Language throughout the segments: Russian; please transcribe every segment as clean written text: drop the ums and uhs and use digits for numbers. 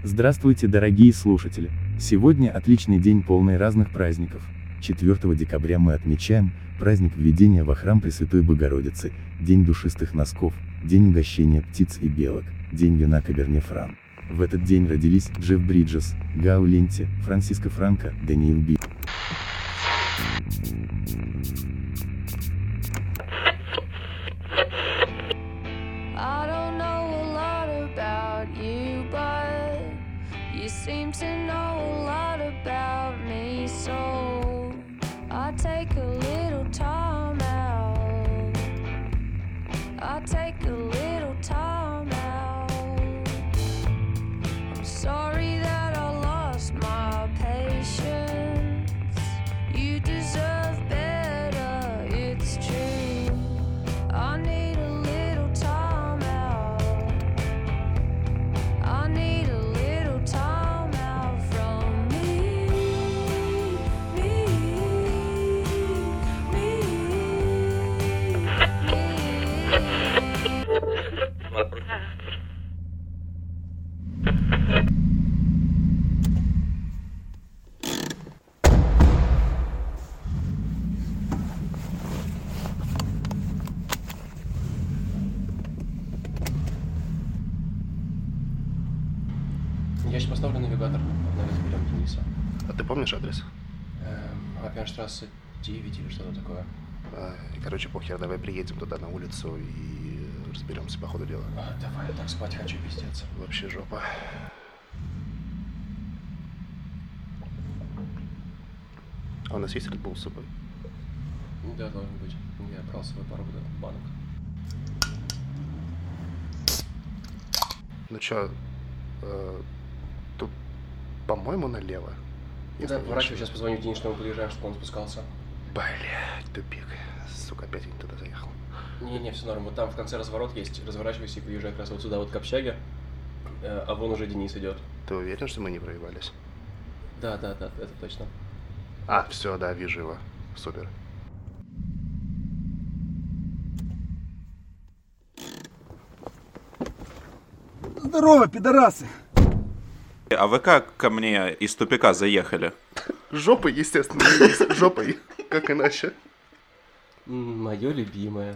Здравствуйте, дорогие слушатели! Сегодня отличный день, полный разных праздников. 4 декабря мы отмечаем праздник введения во храм Пресвятой Богородицы, День душистых носков, День угощения птиц и белок, День вина Каберне Фран. В этот день родились Джефф Бриджес, Гау Ленти, Франциско Франко, Даниил Би. You seem to know a lot about me, so I take a little time out. I take a little time out. I'm sorry that I lost my patience. You deserve better, it's true. I need a little time out. I need a little time out from me. Я сейчас поставлю навигатор, разберем Дениса. А ты помнишь адрес? Апенштрассе 9 или что-то такое. Короче, похер, давай приедем туда на улицу и разберемся по ходу дела. Давай, я так спать хочу, пиздец. Вообще жопа. А у нас есть Red Bull с собой? Да, должен быть. Я брал свой пару банок. Ну чё, тут, по-моему, налево. Да, поворачивай, сейчас позвоню Денису, что мы подъезжаем, чтобы он спускался. Блядь, тупик. Сука, опять я не туда заехал. Не, все норм. Вот там в конце разворот есть. Разворачивайся и подъезжай как раз вот сюда, вот к общаге. А вон уже Денис идет. Ты уверен, что мы не проебались? Да, это точно. Все, да, вижу его. Супер. Здорово, пидорасы! А вы как ко мне из тупика заехали? Жопой, естественно, жопой. Как иначе? Мое любимое.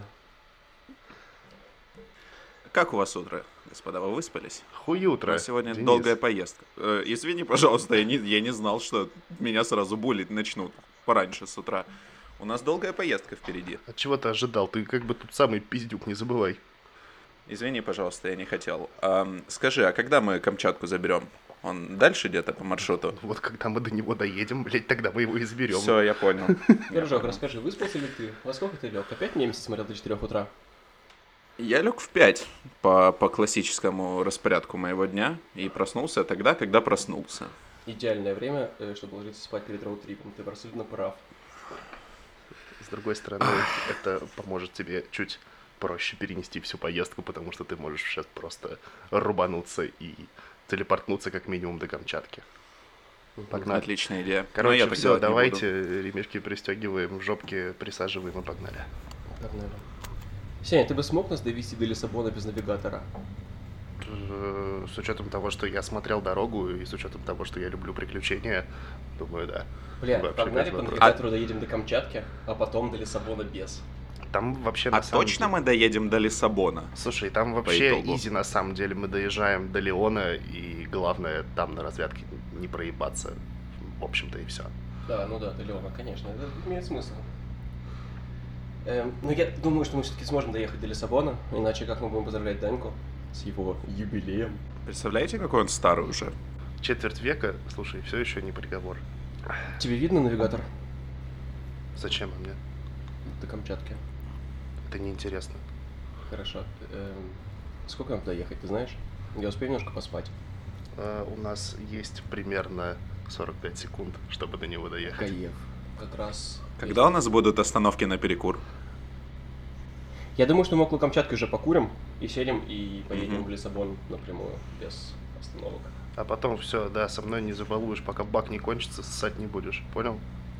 Как у вас утро, господа? Вы выспались? Хуй утро. У нас сегодня Денис. долгая поездка. Извини, пожалуйста, я не знал, что меня сразу булить начнут пораньше с утра. У нас долгая поездка впереди. От чего ты ожидал? Ты как бы тут самый пиздюк, не забывай. Извини, пожалуйста, я не хотел. Скажи, а когда мы Камчатку заберем? Он дальше где-то по маршруту? Вот когда мы до него доедем, блядь, тогда мы его и заберем. Все, я понял. Дружок, расскажи, выспался ли ты? Во сколько ты лег? Опять Немец смотрел до 4 утра? Я лег в 5 по классическому распорядку моего дня и проснулся тогда, когда проснулся. Идеальное время, чтобы ложиться спать перед роуд-трипом. Ты абсолютно прав. С другой стороны, это поможет тебе чуть проще перенести всю поездку, потому что ты можешь сейчас просто рубануться и телепортнуться как минимум до Камчатки. Погнали. Отличная идея. Короче, я так все, делать не давайте, буду. ремешки пристегиваем, жопки присаживаем и погнали. Погнали. Сеня, ты бы смог нас довести до Лиссабона без навигатора? С учетом того, что я смотрел дорогу, и с учетом того, что я люблю приключения, думаю, да. Бля, Вообще погнали без по вопросов. навигатору доедем до Камчатки, а потом до Лиссабона без. Там вообще А на самом точно деле... мы доедем до Лиссабона? Слушай, там вообще итогу? изи на самом деле. Мы доезжаем до Леона, и главное там на развязке не проебаться. В общем-то и все. Да, ну да, до Леона, конечно, это имеет смысл. Но я думаю, что мы все-таки сможем доехать до Лиссабона, иначе как мы будем поздравлять Даньку с его юбилеем? Представляете, какой он старый уже? Четверть века, слушай, все еще не приговор. Тебе видно навигатор Зачем мне? до Камчатки? Это неинтересно. Хорошо. Сколько нам доехать, ты знаешь? Я успею немножко поспать. У нас есть примерно 45 секунд, чтобы до него доехать. Каев. Как раз... Когда у нас будут остановки на перекур? Я думаю, что мы около Камчатки уже покурим и сядем и поедем в Лиссабон напрямую, без остановок. А потом все, да, со мной не забалуешь, пока бак не кончится, ссать не будешь, понял?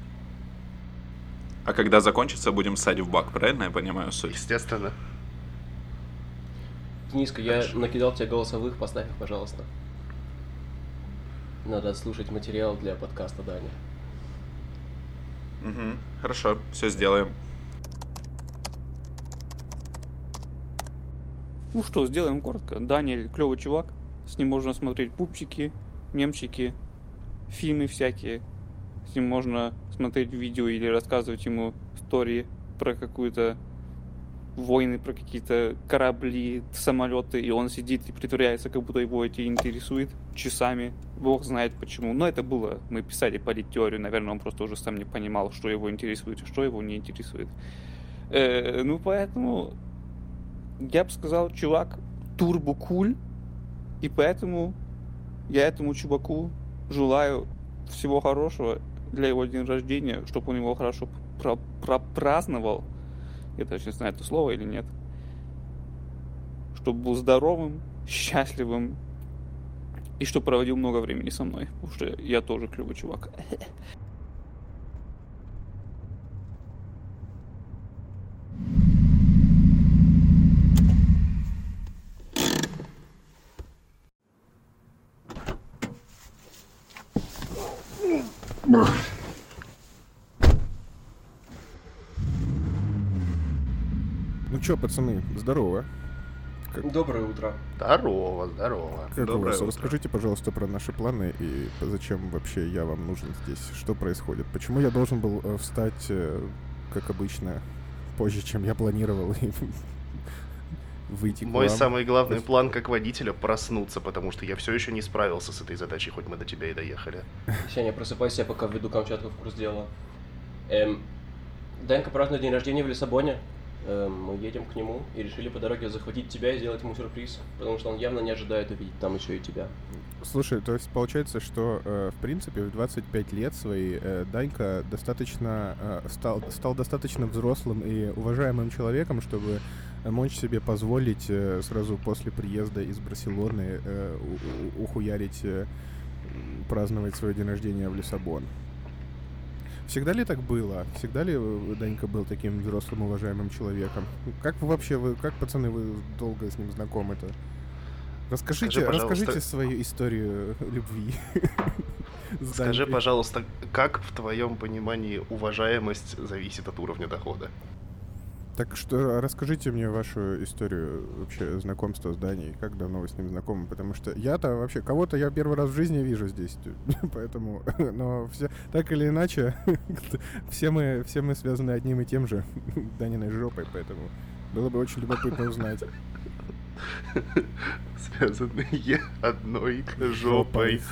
А когда закончится, будем ссать в бак, правильно я понимаю суть? Естественно. Дениска, я накидал тебе голосовых, поставь их, пожалуйста. Надо отслушать материал для подкаста Дани. Угу. Хорошо, все сделаем. Ну что, сделаем коротко. Даниэль клевый чувак. С ним можно смотреть пупчики, мемчики, фильмы всякие. С ним можно смотреть видео или рассказывать ему истории про какую-то войны, про какие-то корабли, самолеты, и он сидит и притворяется, как будто его эти интересует часами. Бог знает почему. Но это было, мы писали политеорию, наверное, он просто уже сам не понимал, что его интересует и что его не интересует. Ну, поэтому я бы сказал, чувак турбо-куль, и поэтому я этому чуваку желаю всего хорошего для его дня рождения, чтобы он его хорошо пропраздновал. Я даже не знаю, это слово или нет. Чтобы был здоровым, счастливым и чтобы проводил много времени со мной, потому что я тоже клевый чувак. Ну чё, пацаны, здорово. Доброе утро. Здорово, здорово. Как у Доброе вас? утро. Расскажите, пожалуйста, про наши планы и зачем вообще я вам нужен здесь? Что происходит? Почему я должен был встать, как обычно, позже, чем я планировал, и выйти к Мой вам? самый главный план как водителя — проснуться, потому что я все еще не справился с этой задачей, хоть мы до тебя и доехали. Сеня, просыпайся, я пока введу Камчатку в курс дела. Данька празднует день рождения в Лиссабоне. Мы едем к нему и решили по дороге захватить тебя и сделать ему сюрприз, потому что он явно не ожидает увидеть там еще и тебя. Слушай, то есть получается, что, в принципе, в 25 лет свои Данька достаточно стал достаточно взрослым и уважаемым человеком, чтобы мочь себе позволить сразу после приезда из Барселоны ухуярить, праздновать свой день рождения в Лиссабон. Всегда ли так было? Всегда ли Данька был таким взрослым, уважаемым человеком? Как вы вообще, как, пацаны, вы долго с ним знакомы-то? Расскажите свою историю любви. Скажи, пожалуйста, как в твоем понимании уважаемость зависит от уровня дохода? Так что расскажите мне вашу историю вообще знакомства с Даней, как давно вы с ним знакомы, потому что я-то вообще, кого-то я первый раз в жизни вижу здесь, поэтому, но все, так или иначе, все мы связаны одним и тем же, Даниной жопой, поэтому было бы очень любопытно узнать. Связанные одной жопой.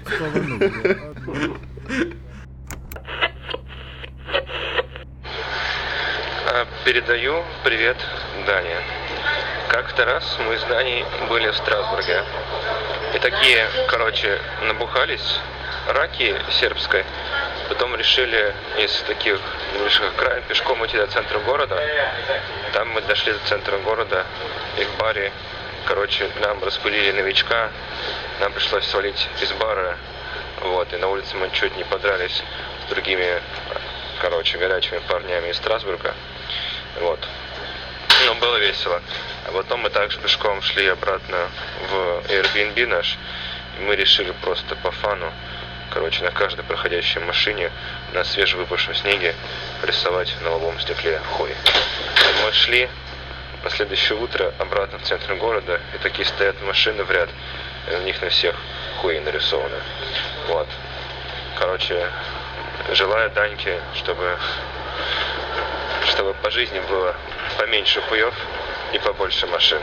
Передаю привет Дане. Как-то раз мы с Даней были в Страсбурге. И такие, набухались раки сербской. Потом решили из таких небольших окраин пешком идти до центра города. Там мы дошли до центра города и в баре, нам распылили новичка. Нам пришлось свалить из бара. И на улице мы чуть не подрались с другими, горячими парнями из Страсбурга. Но было весело. А потом мы также пешком шли обратно в Airbnb наш. И мы решили просто по фану, на каждой проходящей машине на свежевыпавшем снеге рисовать на лобовом стекле хуй. И мы шли на следующее утро обратно в центр города, и такие стоят машины в ряд, и на них на всех хуи нарисованы. Желаю Даньке, чтобы по жизни было поменьше хуев и побольше машин.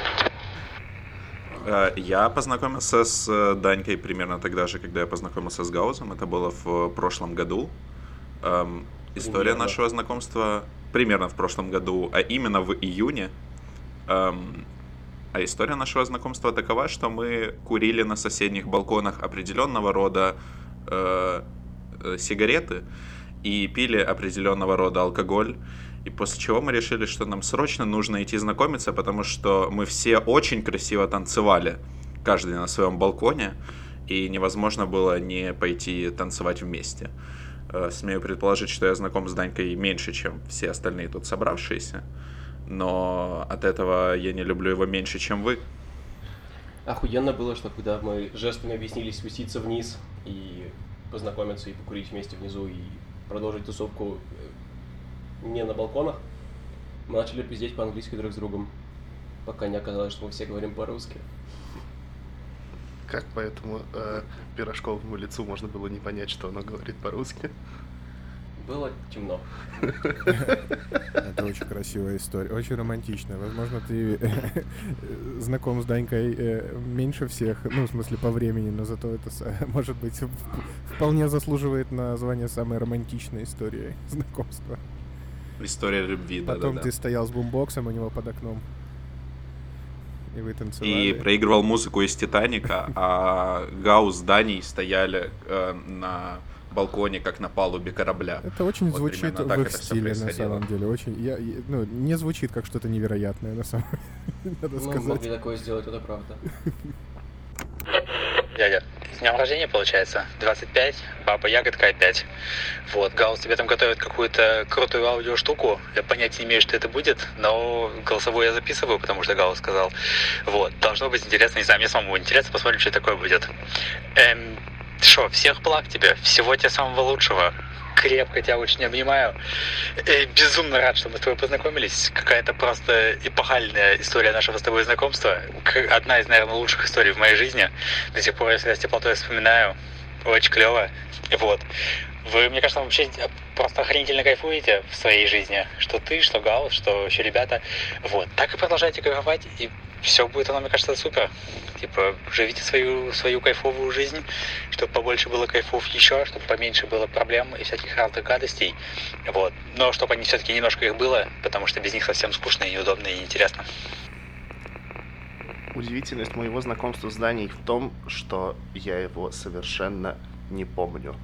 Я познакомился с Данькой примерно тогда же, когда я познакомился с Гаузом. Это было в прошлом году. История нашего знакомства примерно в прошлом году, а именно в июне. А история нашего знакомства такова, что мы курили на соседних балконах определенного рода сигареты и пили определенного рода алкоголь. И после чего мы решили, что нам срочно нужно идти знакомиться, потому что мы все очень красиво танцевали, каждый на своем балконе, и невозможно было не пойти танцевать вместе. Смею предположить, что я знаком с Данькой меньше, чем все остальные тут собравшиеся, но от этого я не люблю его меньше, чем вы. Охуенно было, что когда мы жестами объяснили спуститься вниз и познакомиться и покурить вместе внизу и продолжить тусовку не на балконах, мы начали пиздеть по-английски друг с другом, пока не оказалось, что мы все говорим по-русски. Как по этому пирожковому лицу можно было не понять, что оно говорит по-русски? Было темно. Это очень красивая история, очень романтичная. Возможно, ты знаком с Данькой меньше всех, ну, в смысле, по времени, но зато это, может быть, вполне заслуживает названия самой романтичной истории знакомства. История любви, да. Потом ты стоял с бумбоксом у него под окном. И вы танцевали. И проигрывал музыку из «Титаника», а Гаус с Даней стояли на балконе, как на палубе корабля. Это очень вот звучит в их стиле, на самом деле. Очень, ну, не звучит как что-то невероятное, на самом деле, надо сказать. Мы могли такое сделать, это правда. Дядя, с днем рождения, получается, 25, баба ягодка опять. Вот, Гаус тебе там готовит какую-то крутую аудиоштуку. Я понятия не имею, что это будет, но голосовую я записываю, потому что Гаус сказал. Вот, должно быть интересно, не знаю, мне самому интересно, посмотрим, что такое будет. Шо, всех благ тебе, всего тебе самого лучшего. Крепко тебя очень обнимаю. Безумно рад, что мы с тобой познакомились. Какая-то просто эпохальная история нашего с тобой знакомства. Одна из, наверное, лучших историй в моей жизни. До сих пор я всегда с теплотой вспоминаю. Очень клево. Вот. Вы, мне кажется, вообще просто охренительно кайфуете в своей жизни. Что ты, что Гаус, что еще ребята. Вот. Так и продолжайте кайфовать, и все будет оно, мне кажется, супер. Типа, живите свою кайфовую жизнь, чтобы побольше было кайфов еще, чтобы поменьше было проблем и всяких разных гадостей. Вот. Но чтобы они все-таки немножко их было, потому что без них совсем скучно и неудобно и неинтересно. Удивительность моего знакомства с Даней в том, что я его совершенно не помню.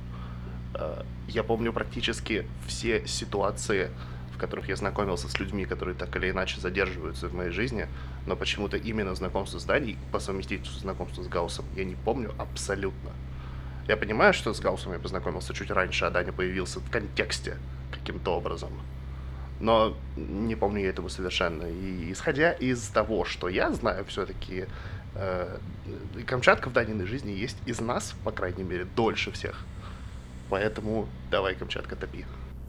Я помню практически все ситуации, в которых я знакомился с людьми, которые так или иначе задерживаются в моей жизни, но почему-то именно знакомство с Даней, по совместительству знакомства с Гаусом, я не помню абсолютно. Я понимаю, что с Гаусом я познакомился чуть раньше, а Даня появился в контексте каким-то образом, но не помню я этого совершенно. И исходя из того, что я знаю, все-таки Камчатка в Даниной жизни есть из нас, по крайней мере, дольше всех. Поэтому давай, Камчатка, топи.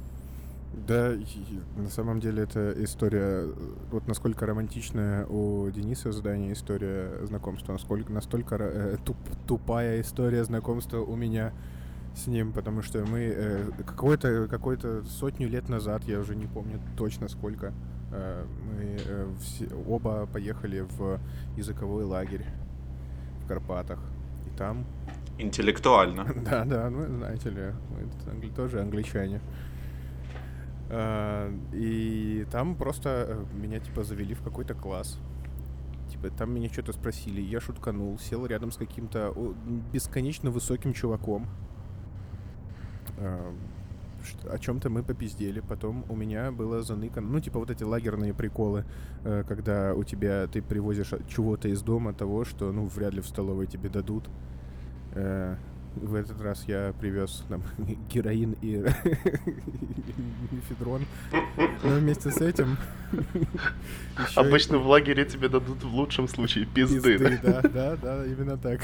Да, на самом деле это история, вот насколько романтичная у Дениса с Даней история знакомства, настолько тупая история знакомства у меня с ним, потому что мы какой-то сотню лет назад, я уже не помню точно сколько, мы оба поехали в языковой лагерь в Карпатах, и там... Интеллектуально. Да, ну, знаете ли, мы тоже англичане. И там просто меня, типа, завели в какой-то класс. Типа, там меня что-то спросили, я шутканул, сел рядом с каким-то бесконечно высоким чуваком. О чем-то мы попиздели. Потом у меня было заныкано, ну, типа, вот эти лагерные приколы, когда у тебя, ты привозишь чего-то из дома, того, что, ну, вряд ли в столовой тебе дадут. В этот раз я привез там героин и мефедрон. Но вместе с этим... Обычно в лагере тебе дадут в лучшем случае пизды. Да, именно так.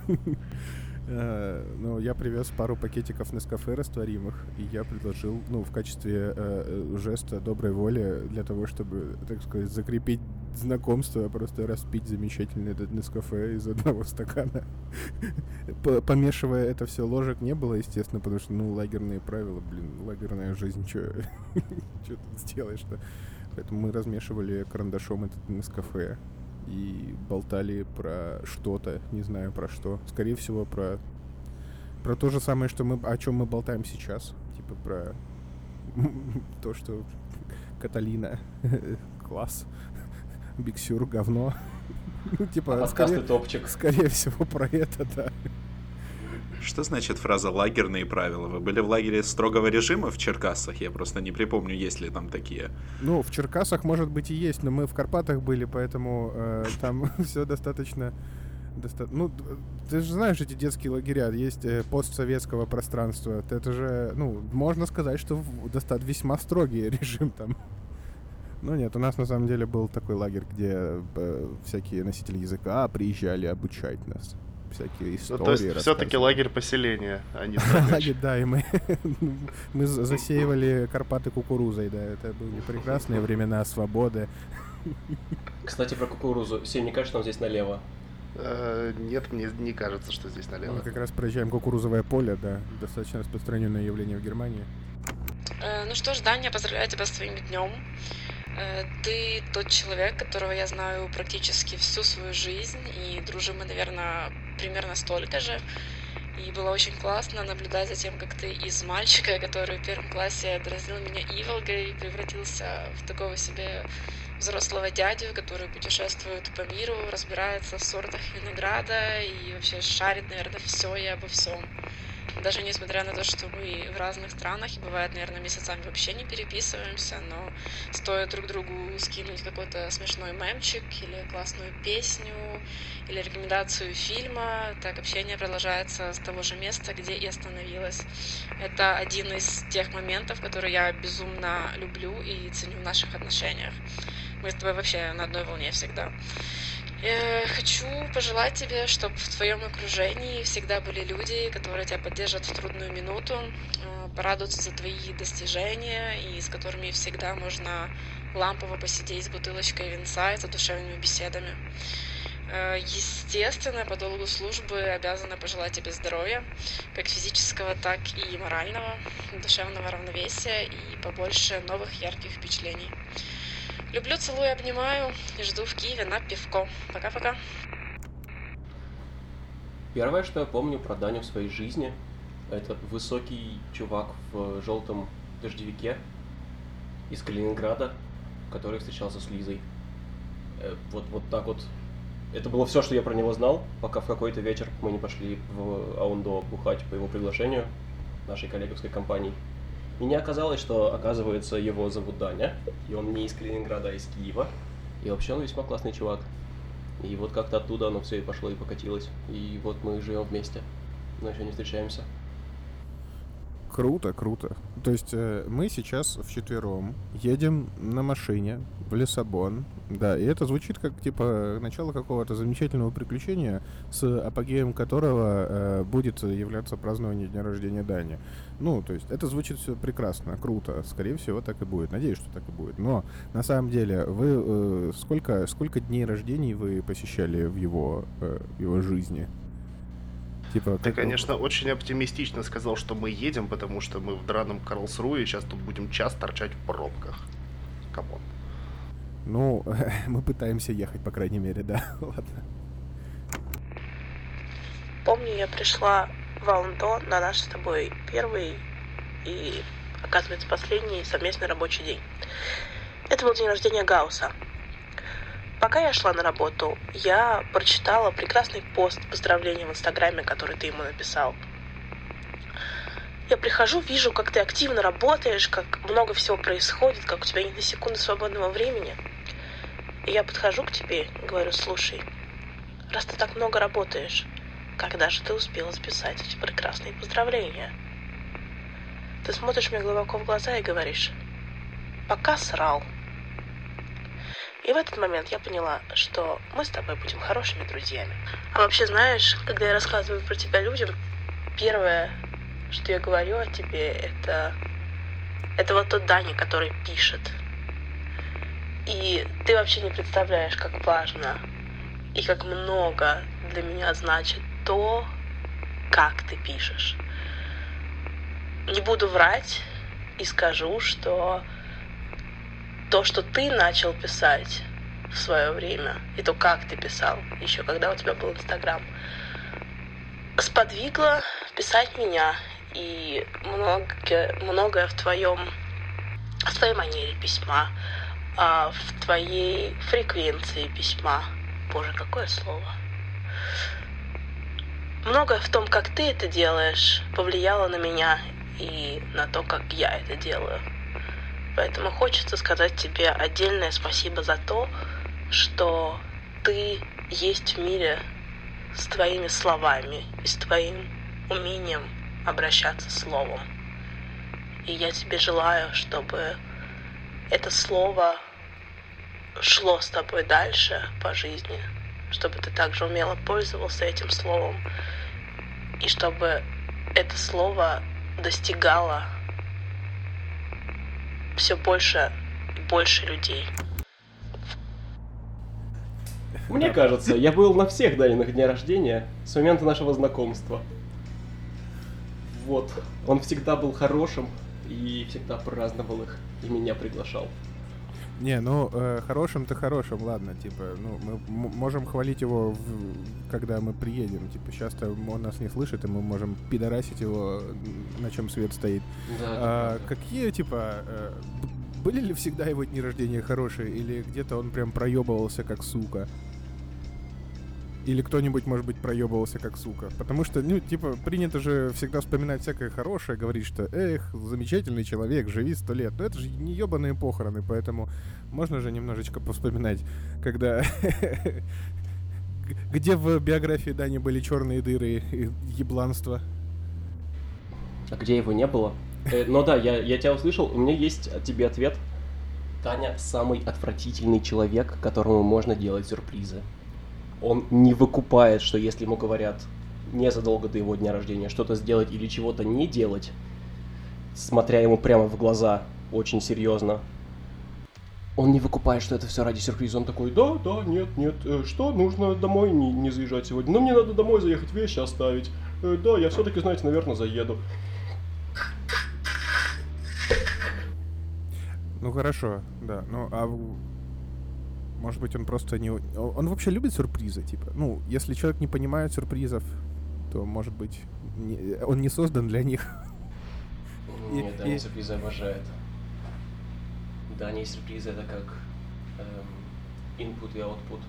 Ну, я привез пару пакетиков Нескафе растворимых, и я предложил, ну, в качестве жеста доброй воли, для того, чтобы, так сказать, закрепить знакомство, просто распить замечательный этот Нескафе из одного стакана. Помешивая это все, ложек не было, естественно, потому что, ну, лагерные правила, лагерная жизнь, что тут сделаешь-то? Поэтому мы размешивали карандашом этот Нескафе и болтали про что-то, не знаю про что. Скорее всего, про то же самое, о чем мы болтаем сейчас. Типа про то, что Каталина класс, Биг Сюр говно. Типа, скорее всего, про это, да. Что значит фраза «лагерные правила»? Вы были в лагере строгого режима в Черкасах? Я просто не припомню, есть ли там такие. Ну, в Черкасах, может быть, и есть, но мы в Карпатах были, поэтому там все достаточно... Ну, ты же знаешь эти детские лагеря, есть постсоветского пространства. Это же, ну, можно сказать, что весьма строгий режим там. Ну нет, у нас на самом деле был такой лагерь, где всякие носители языка приезжали обучать нас. Всякие истории. Ну, то есть все-таки рассказывали. лагерь поселения, а не Лагерь, да, и мы засеивали Карпаты кукурузой, да, это были прекрасные времена свободы. Кстати, про кукурузу. Сень, не кажется, нам здесь налево? Нет, мне не кажется, что здесь налево. Мы как раз проезжаем кукурузовое поле, да, достаточно распространенное явление в Германии. Ну что ж, Даня, поздравляю тебя с твоим днем. Ты тот человек, которого я знаю практически всю свою жизнь, и дружим мы, наверное, примерно столько же. И было очень классно наблюдать за тем, как ты из мальчика, который в первом классе дразнил меня иволгой, превратился в такого себе взрослого дядю, который путешествует по миру, разбирается в сортах винограда и вообще шарит, наверное, все и обо всем. Даже несмотря на то, что мы в разных странах и бывает, наверное, месяцами вообще не переписываемся, но стоит друг другу скинуть какой-то смешной мемчик или классную песню, или рекомендацию фильма, так общение продолжается с того же места, где и остановилось. Это один из тех моментов, которые я безумно люблю и ценю в наших отношениях. Мы с тобой вообще на одной волне всегда. Хочу пожелать тебе, чтобы в твоем окружении всегда были люди, которые тебя поддержат в трудную минуту, порадуются за твои достижения и с которыми всегда можно лампово посидеть с бутылочкой винца и задушевными беседами. Естественно, по долгу службы обязана пожелать тебе здоровья, как физического, так и морального, душевного равновесия и побольше новых ярких впечатлений. Люблю, целую, обнимаю и жду в Киеве на пивко. Пока-пока. Первое, что я помню про Даню в своей жизни, это высокий чувак в желтом дождевике из Калининграда, который встречался с Лизой. Вот так вот. Это было все, что я про него знал, пока в какой-то вечер мы не пошли в Аундо бухать по его приглашению нашей коллеговской компании. И не оказалось, что, оказывается, его зовут Даня, и он не из Калининграда, а из Киева. И вообще он весьма классный чувак. И вот как-то оттуда оно все и пошло, и покатилось. И вот мы живем вместе, но еще не встречаемся. Круто, круто. То есть мы сейчас вчетвером едем на машине в Лиссабон. Да, и это звучит как, типа, начало какого-то замечательного приключения, с апогеем которого будет являться празднование дня рождения Дани. Ну, то есть это звучит все прекрасно, круто. Скорее всего, так и будет. Надеюсь, что так и будет. Но, на самом деле, вы сколько дней рождений вы посещали в его жизни? Типа, Ты, конечно, очень оптимистично сказал, что мы едем, потому что мы в драном Карлсруе, сейчас тут будем час торчать в пробках. Камон. Ну, мы пытаемся ехать, по крайней мере, да. Ладно. Помню, я пришла в Аундо на наш с тобой первый и, оказывается, последний совместный рабочий день. Это был день рождения Гаусса. Пока я шла на работу, я прочитала прекрасный пост поздравления в Инстаграме, который ты ему написал. Я прихожу, вижу, как ты активно работаешь, как много всего происходит, как у тебя нет ни секунды свободного времени. И я подхожу к тебе и говорю: слушай, раз ты так много работаешь, когда же ты успела записать эти прекрасные поздравления? Ты смотришь мне глубоко в глаза и говоришь: пока срал. И в этот момент я поняла, что мы с тобой будем хорошими друзьями. А вообще, знаешь, когда я рассказываю про тебя людям, первое, что я говорю о тебе, это вот тот Даня, который пишет. И ты вообще не представляешь, как важно и как много для меня значит то, как ты пишешь. Не буду врать и скажу, что то, что ты начал писать в свое время, и то, как ты писал, еще когда у тебя был Инстаграм, сподвигло писать меня. И многое в твоей манере письма, в твоей фреквенции письма. Боже, какое слово. Многое в том, как ты это делаешь, повлияло на меня и на то, как я это делаю. Поэтому хочется сказать тебе отдельное спасибо за то, что ты есть в мире с твоими словами и с твоим умением обращаться словом. И я тебе желаю, чтобы это слово шло с тобой дальше по жизни, чтобы ты также умело пользовался этим словом, и чтобы это слово достигало все больше и больше людей. Мне кажется, я был на всех Даниных днях рождения с момента нашего знакомства. Вот. Он всегда был хорошим и всегда праздновал их, и меня приглашал. Не, ну, хорошим-то хорошим, ладно, типа, ну, мы можем хвалить его, когда мы приедем, типа, сейчас-то он нас не слышит, и мы можем пидорасить его, на чем свет стоит. Да, какие, типа, были ли всегда его дни рождения хорошие, или где-то он прям проебывался как сука? Или кто-нибудь, может быть, проебывался как сука? Потому что, ну, типа, принято же всегда вспоминать всякое хорошее, говорить, что, эх, замечательный человек, живи 100 лет. Но это же не ебаные похороны, поэтому можно же немножечко повспоминать, когда... Где в биографии Дани были черные дыры и ебланство? А где его не было? Ну да, я тебя услышал, у меня есть от тебе ответ. Таня самый отвратительный человек, которому можно делать сюрпризы. Он не выкупает, что если ему говорят незадолго до его дня рождения что-то сделать или чего-то не делать, смотря ему прямо в глаза очень серьезно, он не выкупает, что это все ради сюрприза. Он такой, да, нет, что, нужно домой не заезжать сегодня? Ну, мне надо домой заехать, вещи оставить. Да, я все-таки, знаете, наверное, заеду. Ну, хорошо, да, ну, а... Может быть, он просто не... Он вообще любит сюрпризы, типа. Ну, если человек не понимает сюрпризов, то, может быть, он не создан для них. Нет, Даня сюрпризы обожает. Даня сюрпризы — это как input и output.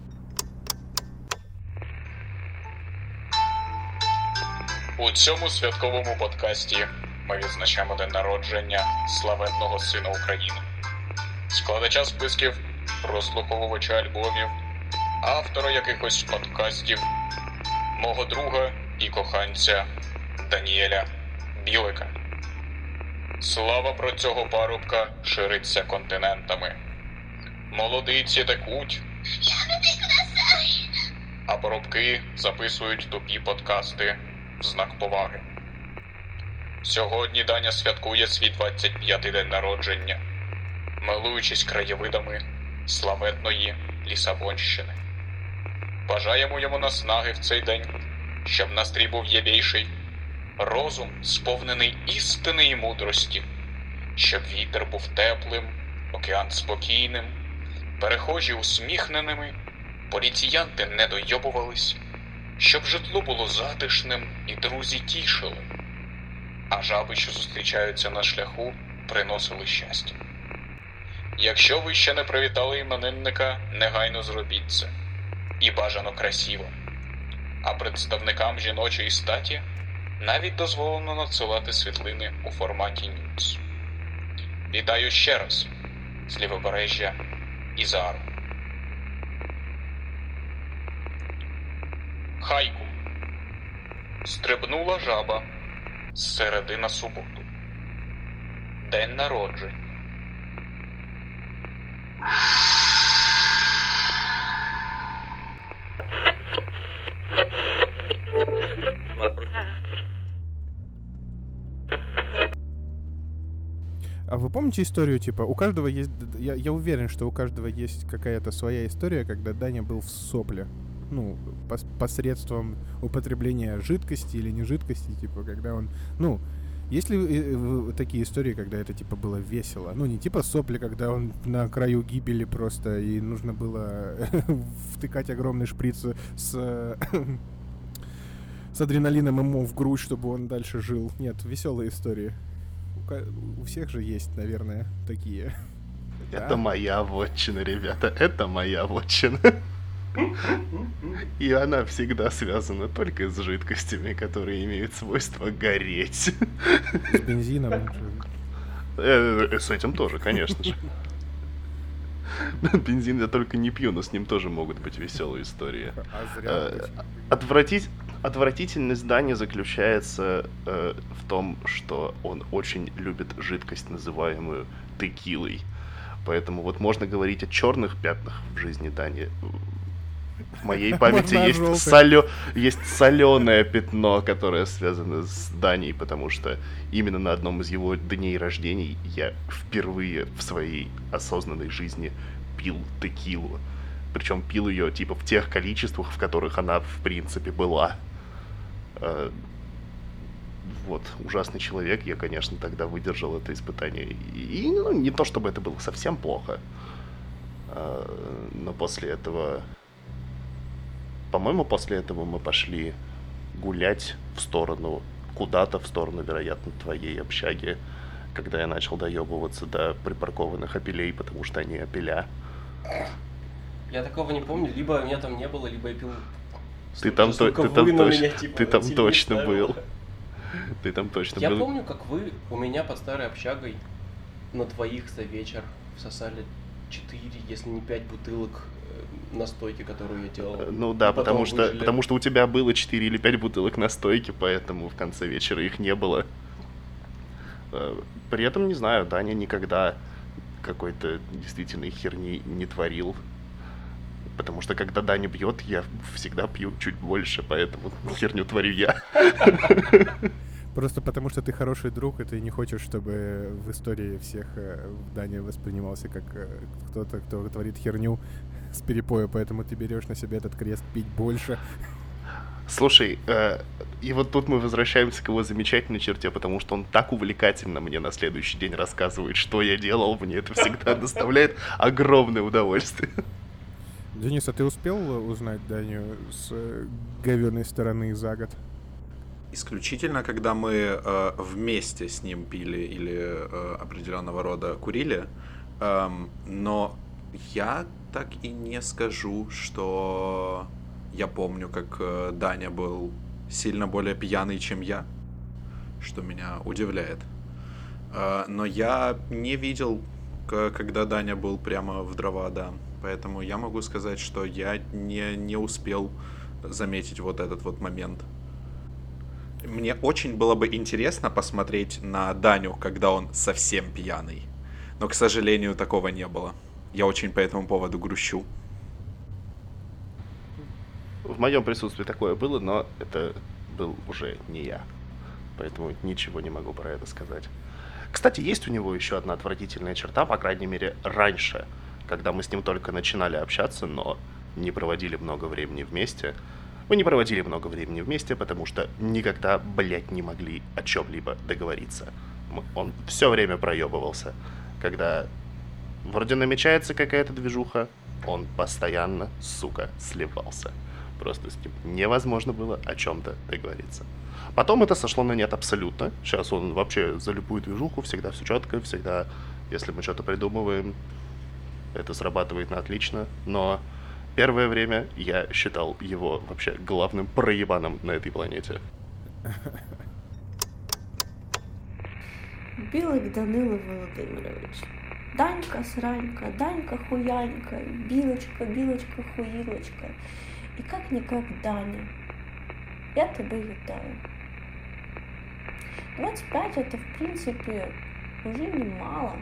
У цьому святковому подкасті ми відзначаємо день народження славетного сина України, складача списків, прослуховувача альбомів, автора якихось подкастів, мого друга і коханця Даніеля Білика. Слава про цього парубка шириться континентами. Молодиці текуть, а парубки записують тупі подкасти в знак поваги. Сьогодні Даня святкує свій 25-й день народження, милуючись краєвидами славетної Лісабонщини. Бажаємо йому наснаги в цей день, щоб настрій був євійший, розум сповнений істини і мудрості, щоб вітер був теплим, океан спокійним, перехожі усміхненими, поліціянти не дойобувались, щоб житло було затишним і друзі тішили, а жаби, що зустрічаються на шляху, приносили щастя. Якщо ви ще не привітали іменинника, негайно зробіть це. І бажано красиво. А представникам жіночої статі навіть дозволено надсилати світлини у форматі нюдс. Вітаю ще раз з Лівобережжя і Зару. Хайку. Стрибнула жаба з середи на суботу. День народження. А вы помните историю, типа, у каждого есть... Я уверен, что у каждого есть какая-то своя история, когда Даня был в сопле. Ну, посредством употребления жидкости или не жидкости, типа, когда он... Ну, есть ли такие истории, когда это, типа, было весело? Ну, не типа сопли, когда он на краю гибели просто, и нужно было втыкать огромный шприц с адреналином ему в грудь, чтобы он дальше жил. Нет, веселые истории. У всех же есть, наверное, такие. Это моя вотчина, ребята, это моя вотчина. И она всегда связана только с жидкостями, которые имеют свойство гореть. С бензином? С этим тоже, конечно же. Бензин я только не пью, но с ним тоже могут быть веселые истории. Отвратительность Дани заключается в том, что он очень любит жидкость, называемую текилой. Поэтому вот можно говорить о черных пятнах в жизни Дани. В моей памяти есть соленое пятно, которое связано с Даней, потому что именно на одном из его дней рождений я впервые в своей осознанной жизни пил текилу. Причем пил ее типа в тех количествах, в которых она в принципе была. Вот, ужасный человек, я, конечно, тогда выдержал это испытание. И ну, не то чтобы это было совсем плохо, но после этого... По-моему, после этого мы пошли гулять в сторону, куда-то в сторону, вероятно, твоей общаги, когда я начал доебываться до припаркованных опелей, потому что они опеля. Я такого не помню, либо меня там не было, либо я пил... Ты там точно был. Ты там точно был. Я помню, как вы у меня под старой общагой на двоих за вечер всосали 4, если не 5 бутылок настойки, которую я делал. Ну да, потому что у тебя было 4 или 5 бутылок настойки, поэтому в конце вечера их не было. При этом, не знаю, Даня никогда какой-то действительной херни не творил. Потому что когда Даня бьет, я всегда пью чуть больше, поэтому херню творю я. Просто потому что ты хороший друг, и ты не хочешь, чтобы в истории всех Даня воспринимался как кто-то, кто творит херню с перепоя, поэтому ты берешь на себя этот крест пить больше. Слушай, и вот тут мы возвращаемся к его замечательной черте, потому что он так увлекательно мне на следующий день рассказывает, что я делал, мне это всегда доставляет огромное удовольствие. Денис, а ты успел узнать Даню с говёной стороны за год? Исключительно, когда мы вместе с ним пили или определенного рода курили, но я так и не скажу, что я помню, как Даня был сильно более пьяный, чем я, что меня удивляет. Но я не видел, когда Даня был прямо в дрова, да. Поэтому я могу сказать, что я не успел заметить вот этот вот момент. Мне очень было бы интересно посмотреть на Даню, когда он совсем пьяный. Но, к сожалению, такого не было. Я очень по этому поводу грущу. В моем присутствии такое было, но это был уже не я. Поэтому ничего не могу про это сказать. Кстати, есть у него еще одна отвратительная черта, по крайней мере, раньше, когда мы с ним только начинали общаться, но не проводили много времени вместе. Мы не проводили много времени вместе, потому что никогда, блять, не могли о чем-либо договориться. Он все время проебывался. Когда вроде намечается какая-то движуха, он постоянно, сука, сливался. Просто с ним невозможно было о чем-то договориться. Потом это сошло на нет абсолютно. Сейчас он вообще за любую движуху, всегда все четко, всегда, если мы что-то придумываем, это срабатывает на отлично. Но первое время я считал его вообще главным проебаном на этой планете. Білик Данило Володимирович. Данька сранька, Данька хуянька, Білочка, Білочка хуїлочка. И как-никак Даня. Я тебя вітаю. 25 это в принципе уже немало.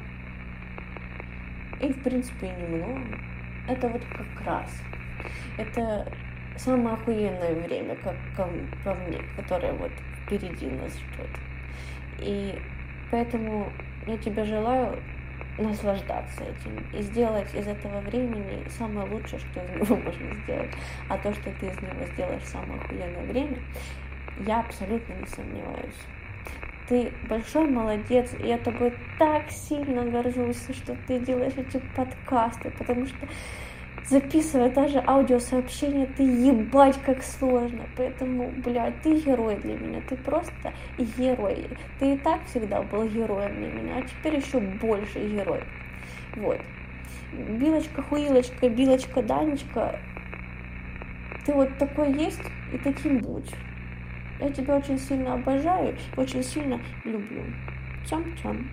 И в принципе немного. Это вот как раз. Это самое охуенное время, как по мне, которое вот впереди нас ждет. И поэтому я тебе желаю наслаждаться этим и сделать из этого времени самое лучшее, что из него можно сделать. А то, что ты из него сделаешь самое охуенное время, я абсолютно не сомневаюсь. Ты большой молодец, и я тобой так сильно горжусь, что ты делаешь эти подкасты, потому что записывая даже аудиосообщение, ты ебать как сложно. Поэтому, блядь, ты герой для меня, ты просто герой. Ты и так всегда был героем для меня, а теперь еще больше герой. Вот. Билочка, хуилочка, Билочка, Данечка, ты вот такой есть и таким будь. Я тебя очень сильно обожаю, очень сильно люблю. Чам-чам.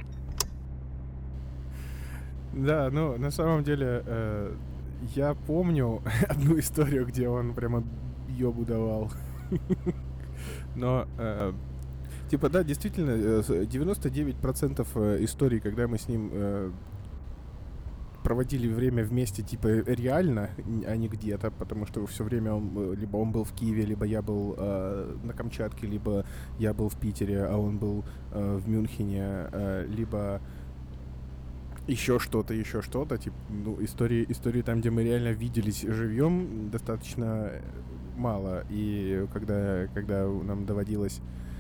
Да, ну, на самом деле, я помню одну историю, где он прямо ёбу давал. Но, типа, да, действительно, 99% историй, когда мы с ним проводили время вместе, типа, реально, а не где-то, потому что все время либо он был в Киеве, либо я был на Камчатке, либо я был в Питере, а он был в Мюнхене, либо еще что-то, типа, ну, истории там, где мы реально виделись живьем, достаточно мало, и когда нам доводилось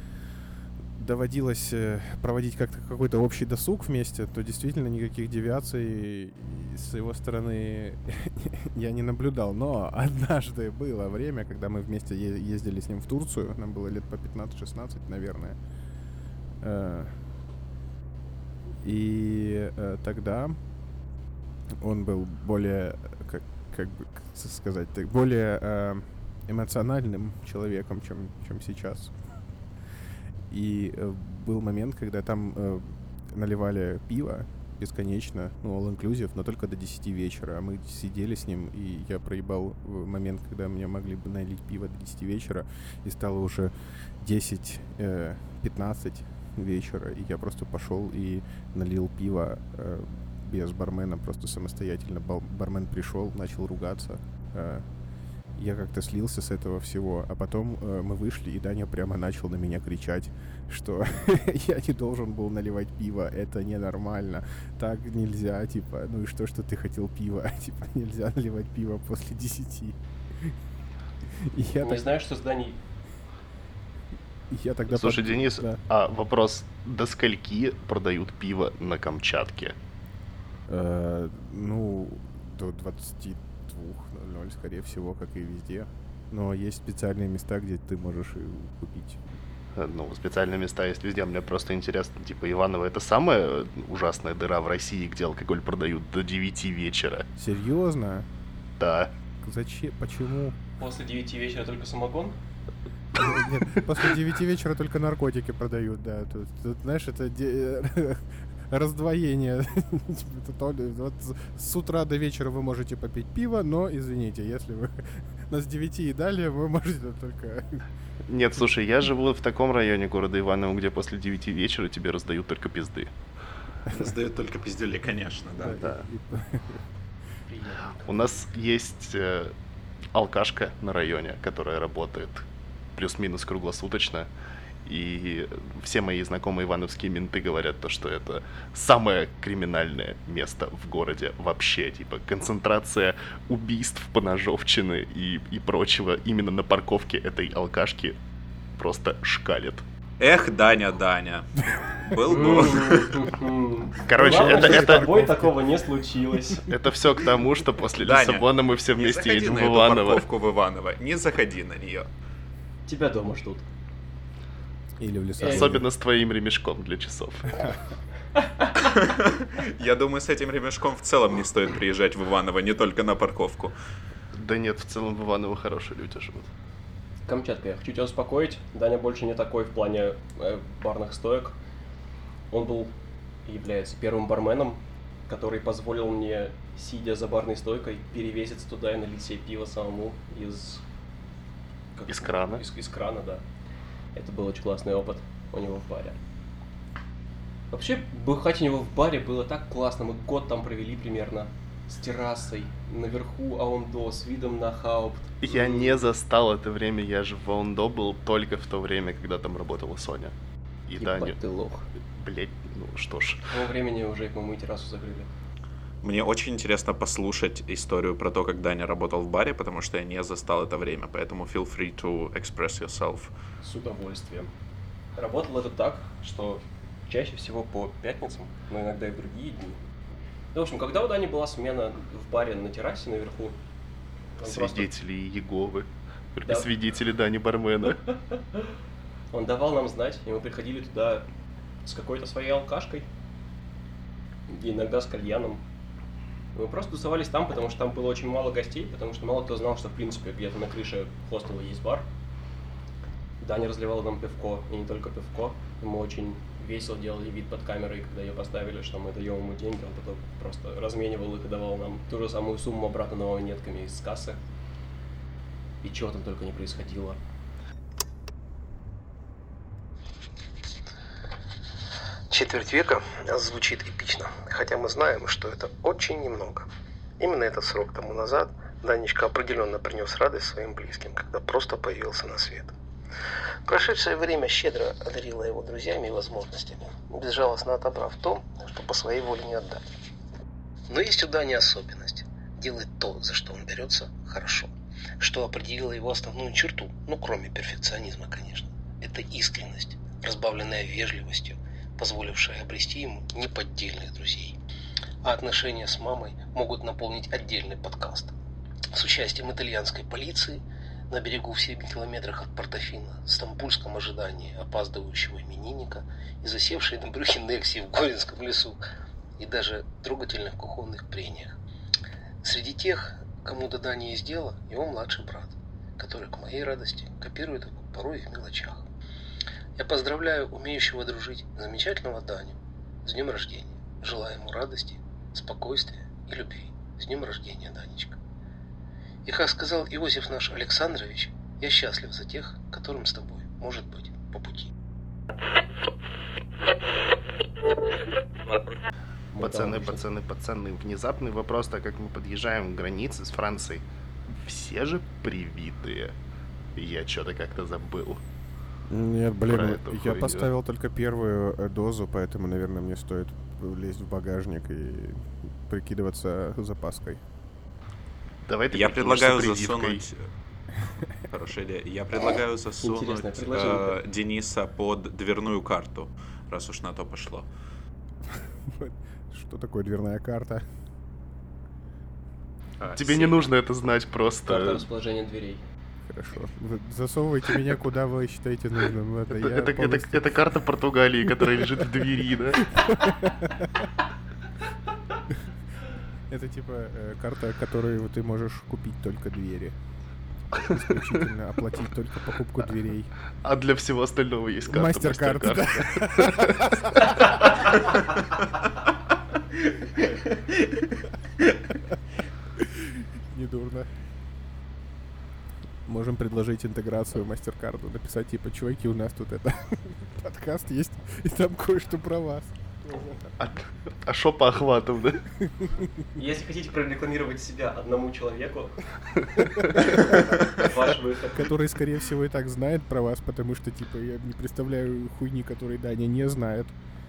проводить как-то какой-то общий досуг вместе, то действительно никаких девиаций с его стороны я не наблюдал. Но однажды было время, когда мы вместе ездили с ним в Турцию, нам было лет по 15-16, наверное. И тогда он был более, как бы сказать, более эмоциональным человеком, чем сейчас. И был момент, когда там наливали пиво бесконечно, ну, all-inclusive, но только до 10 вечера. А мы сидели с ним, и я проебал момент, когда мне могли бы налить пиво до 10 вечера, и стало уже 10-15 вечера, и я просто пошел и налил пиво без бармена, просто самостоятельно. Бармен пришел, начал ругаться. Я как-то слился с этого всего, а потом мы вышли, и Даня прямо начал на меня кричать, что я не должен был наливать пиво, это ненормально, так нельзя, типа, ну и что ты хотел пива, типа, нельзя наливать пиво после 10. Не знаю, что с Даней. Я тогда Слушай, Денис, да. А вопрос, до скольки продают пиво на Камчатке? Ну, до 22:00, скорее всего, как и везде. Но есть специальные места, где ты можешь и купить. Ну, специальные места есть везде. Мне просто интересно, типа, Иваново — это самая ужасная дыра в России, где алкоголь продают до 9 вечера? Серьезно? Да. Зачем? Почему? После 9 вечера только самогон? Нет, после 9 вечера только наркотики продают, да. Тут знаешь, это раздвоение. Вот с утра до вечера вы можете попить пиво, но, извините, если вы с 9 и далее, вы можете только... Нет, слушай, я живу в таком районе города Иваново, где после 9 вечера тебе раздают только пизды. Раздают только пиздюли, конечно, да. Да. У нас есть алкашка на районе, которая работает плюс-минус круглосуточно. И все мои знакомые ивановские менты говорят то, что это самое криминальное место в городе вообще. Типа концентрация убийств, поножовщины и прочего именно на парковке этой алкашки просто шкалит. Эх, Даня. Был бы. Короче, это... С тобой такого не случилось. Это все к тому, что после Лиссабона мы все вместе едем в Иваново. Не заходи на эту парковку в Иваново, не заходи на нее. Тебя дома ждут. Или в Лиссабоне. Особенно с твоим ремешком для часов. Я думаю, с этим ремешком в целом не стоит приезжать в Иваново, не только на парковку. Да нет, в целом в Иваново хорошие люди живут. Камчатка, я хочу тебя успокоить. Даня больше не такой в плане барных стоек. Он был и является первым барменом, который позволил мне, сидя за барной стойкой, перевеситься туда и налить себе пиво самому из крана? Из крана, да. Это был очень классный опыт у него в баре. Вообще, бухать у него в баре было так классно. Мы год там провели примерно с террасой, наверху Аундо, с видом на Хаупт. Я не застал это время, я же в Аундо был только в то время, когда там работала Соня. И Даня. Ты лох. Блять, ну что ж. К тому времени уже, по-моему, и террасу закрыли. Мне очень интересно послушать историю про то, как Даня работал в баре, потому что я не застал это время, поэтому feel free to express yourself. С удовольствием. Работал это так, что чаще всего по пятницам, но иногда и в другие дни. В общем, когда у Дани была смена в баре на террасе наверху... Свидетели Иеговы, только да. Свидетели Дани бармена. Он давал нам знать, и мы приходили туда с какой-то своей алкашкой, иногда с кальяном. Мы просто тусовались там, потому что там было очень мало гостей, потому что мало кто знал, что в принципе где-то на крыше хостела есть бар. Даня разливал нам пивко, и не только пивко. Мы очень весело делали вид под камерой, когда ее поставили, что мы даем ему деньги, он потом просто разменивал их и давал нам ту же самую сумму обратно новыми монетками из кассы. И чего там только не происходило. Четверть века звучит эпично, хотя мы знаем, что это очень немного. Именно этот срок тому назад Данечка определенно принес радость своим близким, когда просто появился на свет. Прошедшее время щедро одарило его друзьями и возможностями, безжалостно отобрав то, что по своей воле не отдать. Но есть у Дани особенность – делать то, за что он берется, хорошо. Что определило его основную черту, кроме перфекционизма, конечно. Это искренность, разбавленная вежливостью, позволившая обрести ему неподдельных друзей. А отношения с мамой могут наполнить отдельный подкаст с участием итальянской полиции на берегу в 7 километрах от Портофино, в стамбульском ожидании опаздывающего именинника и засевшей на брюхе Некси в Горинском лесу, и даже трогательных кухонных прениях. Среди тех, кому до Дани есть дело, его младший брат, который, к моей радости, копирует его порой в мелочах. Я поздравляю умеющего дружить замечательного Даню с днем рождения. Желаю ему радости, спокойствия и любви. С днем рождения, Данечка. И как сказал Иосиф наш Александрович, я счастлив за тех, которым с тобой может быть по пути. Пацаны, внезапный вопрос, так как мы подъезжаем к границе с Францией. Все же привитые? Я что-то как-то забыл. Нет, блин, я поставил только первую дозу, поэтому, наверное, мне стоит лезть в багажник и прикидываться запаской. Давай ты Я предлагаю засунуть... Хорошая идея. Я предлагаю засунуть Дениса под дверную карту, раз уж на то пошло. Что такое дверная карта? Тебе не нужно это знать просто. Карта расположения дверей. Хорошо. Вы засовывайте меня, куда вы считаете нужным. Это карта Португалии, которая лежит в двери, да? Это типа карта, которую ты можешь купить только двери. Исключительно оплатить только покупку дверей. А для всего остального есть карта. Мастер-карт, да. Недурно. Можем предложить интеграцию мастер-карду. Написать типа, чуваки, у нас тут это подкаст есть, и там кое-что про вас. А шо по охватам, да? Если хотите прорекламировать себя одному человеку, ваш выход. Который, скорее всего, и так знает про вас, потому что, типа, я не представляю хуйни, которые Даня не знает.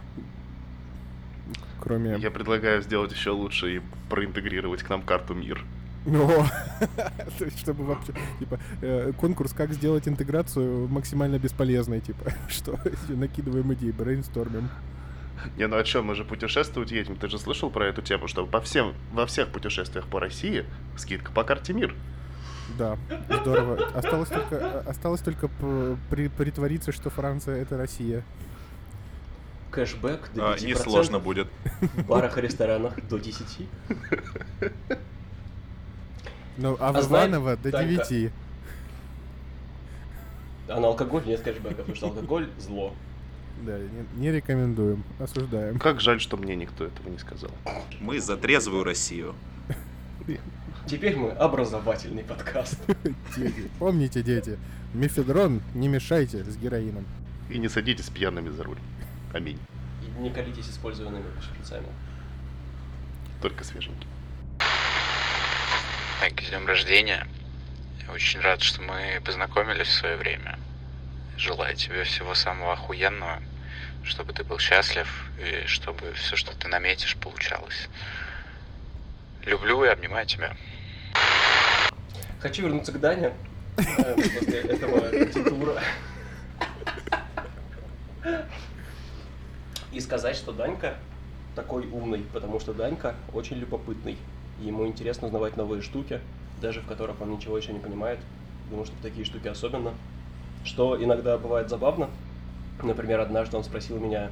Кроме... Я предлагаю сделать еще лучше и проинтегрировать к нам карту МИР. О, то есть, чтобы вообще, типа, конкурс, как сделать интеграцию максимально бесполезной, типа, что накидываем идеи, брейнстормим. Не, ну а чё, мы же путешествовать едем, ты же слышал про эту тему, что во всех путешествиях по России скидка по карте МИР. Да, здорово. Осталось только притвориться, что Франция — это Россия. Кэшбэк до 5%. Несложно будет. В барах и ресторанах до 10%. Ну, а в Иваново до 9%. А на алкоголь нет кэшбэка, потому что алкоголь — зло. Да, не рекомендуем, осуждаем. Как жаль, что мне никто этого не сказал. Мы за трезвую Россию. Теперь мы образовательный подкаст. Дети, помните, дети, мефедрон не мешайте с героином. И не садитесь пьяными за руль. Аминь. И не колитесь использованными шприцами. Только свеженькие. Майк, с днем рождения. Я очень рад, что мы познакомились в свое время. Желаю тебе всего самого охуенного, чтобы ты был счастлив и чтобы все, что ты наметишь, получалось. Люблю и обнимаю тебя. Хочу вернуться к Дане после этого титура и сказать, что Данька такой умный, потому что Данька очень любопытный. Ему интересно узнавать новые штуки, даже в которых он ничего еще не понимает. Думаю, что такие штуки особенно. Что иногда бывает забавно. Например, однажды он спросил меня,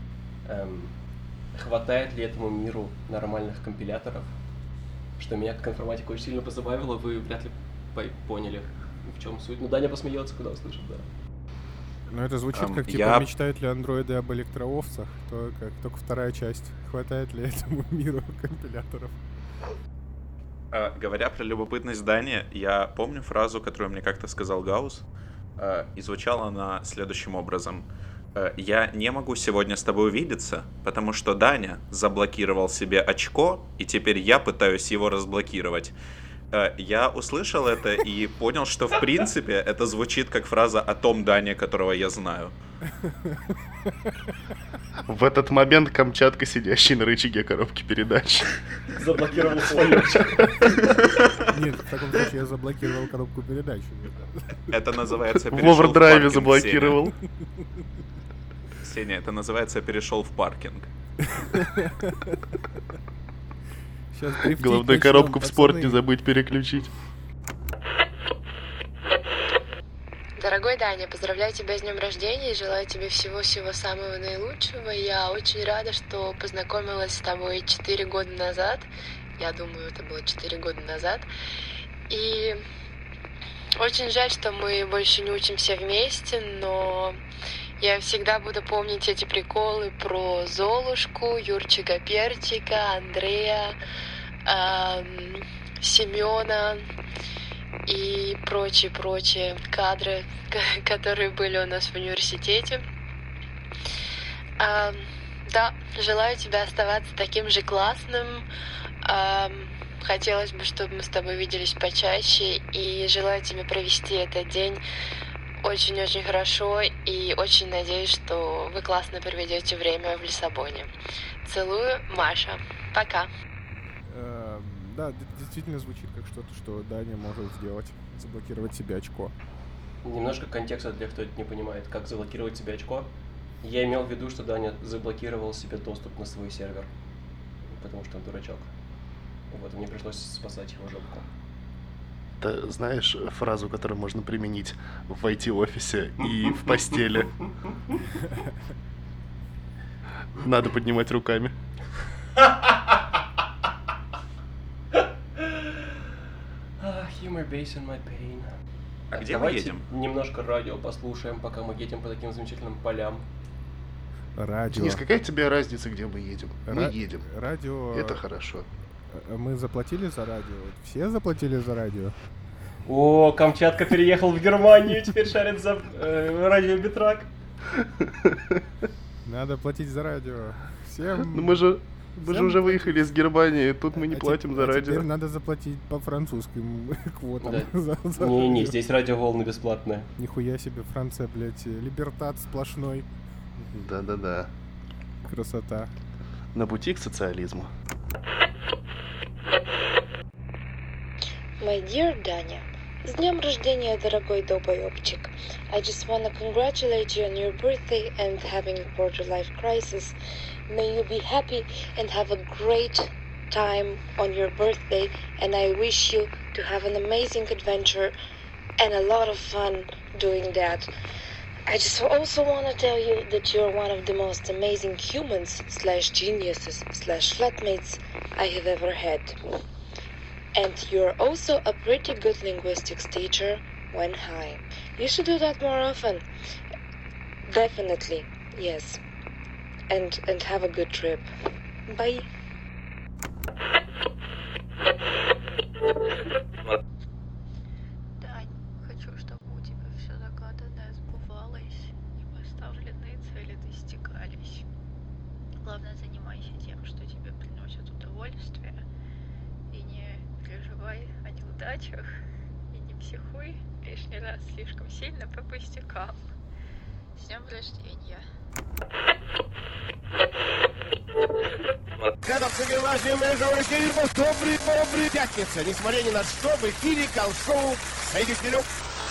хватает ли этому миру нормальных компиляторов, что меня как информатика очень сильно позабавило, вы вряд ли поняли, в чем суть. Ну, Даня посмеется, когда услышит, да. Ну, это звучит как, типа, мечтают ли андроиды об электроовцах, только вторая часть. Хватает ли этому миру компиляторов? Говоря про любопытность Дани, я помню фразу, которую мне как-то сказал Гаусс, и звучала она следующим образом. Я не могу сегодня с тобой увидеться, потому что Даня заблокировал себе очко, и теперь я пытаюсь его разблокировать. Я услышал это и понял, что в принципе это звучит как фраза о том Дане, которого я знаю. В этот момент Камчатка, сидящий на рычаге коробки передач, заблокировал свою. Нет, в таком случае я заблокировал коробку передач. Это называется в овердрайве паркинг, заблокировал. Сеня, это называется перешел в паркинг. Главное, коробку в спорт не забыть переключить. Дорогой Даня, поздравляю тебя с днем рождения и желаю тебе всего-всего самого наилучшего. Я очень рада, что познакомилась с тобой 4 года назад. Я думаю, это было 4 года назад. И очень жаль, что мы больше не учимся вместе, но я всегда буду помнить эти приколы про Золушку, Юрчика Перчика, Андрея, Семена и прочие кадры, которые были у нас в университете. Да, желаю тебе оставаться таким же классным. Хотелось бы, чтобы мы с тобой виделись почаще, и желаю тебе провести этот день очень-очень хорошо, и очень надеюсь, что вы классно проведете время в Лиссабоне. Целую, Маша. Пока. Да, действительно звучит как что-то, что Даня может сделать. Заблокировать себе очко. Немножко контекста для кто не понимает, как заблокировать себе очко. Я имел в виду, что Даня заблокировал себе доступ на свой сервер, потому что он дурачок. Вот, и мне пришлось спасать его жопку. Ты знаешь фразу, которую можно применить в IT-офисе и в постели? Надо поднимать руками. Humor based on my pain. А где Давайте мы едем? Немножко радио послушаем, пока мы едем по таким замечательным полям. Радио. Денис, какая тебе разница, где мы едем? Мы едем. Радио. Это хорошо. Мы заплатили за радио. Все заплатили за радио. О, Камчатка переехал в Германию, теперь шарит за радио Битрак. Надо платить за радио. Всем. Ну мы же уже выехали из Германии, тут мы не платим за радио. Теперь надо заплатить по французским квотам. Да. Не, здесь радиоволны бесплатные. Нихуя себе, Франция, блядь, либертат сплошной. Да. Красота. На пути к социализму. My dear Danya, с днем рождения, дорогой долбоёбчик. I just wanna congratulate you on your birthday and having a quarter-life crisis. May you be happy and have a great time on your birthday, and I wish you to have an amazing adventure and a lot of fun doing that. I just also want to tell you that you're one of the most amazing humans / geniuses / flatmates I have ever had. And you're also a pretty good linguistics teacher when high. You should do that more often. Definitely, yes. And have a good trip. Bye. Дань, хочу, чтобы у тебя все загаданное сбывалось, и поставленные цели достигались. Главное, занимайся тем, что тебе приносит удовольствие, и не переживай о неудачах, и не психуй лишний раз слишком сильно по пустякам. С днем рождения! Рядом с Игорем Межевой Кириллов, добрый пятница. Несмотря ни на что, в эфире Кал-шоу «Сойди вперед».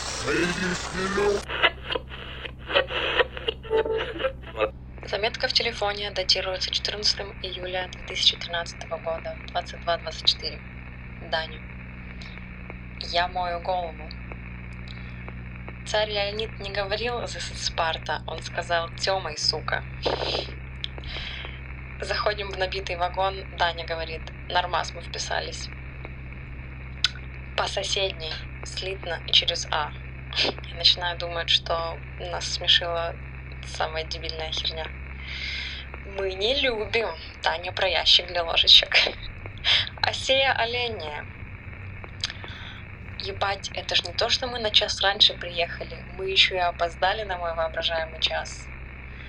Заметка в телефоне датируется 14 июля 2013 года, 22:24. Даня. Я мою голову. Царь Леонид не говорил «This is Sparta», он сказал «Тёмой, сука». Заходим в набитый вагон, Даня говорит «Нормас, мы вписались». По соседней, слитно и через А. Я начинаю думать, что нас смешила самая дебильная херня. Мы не любим Таня про ящик для ложечек. Осея оленя. Ебать, это ж не то, что мы на час раньше приехали, мы еще и опоздали на мой воображаемый час.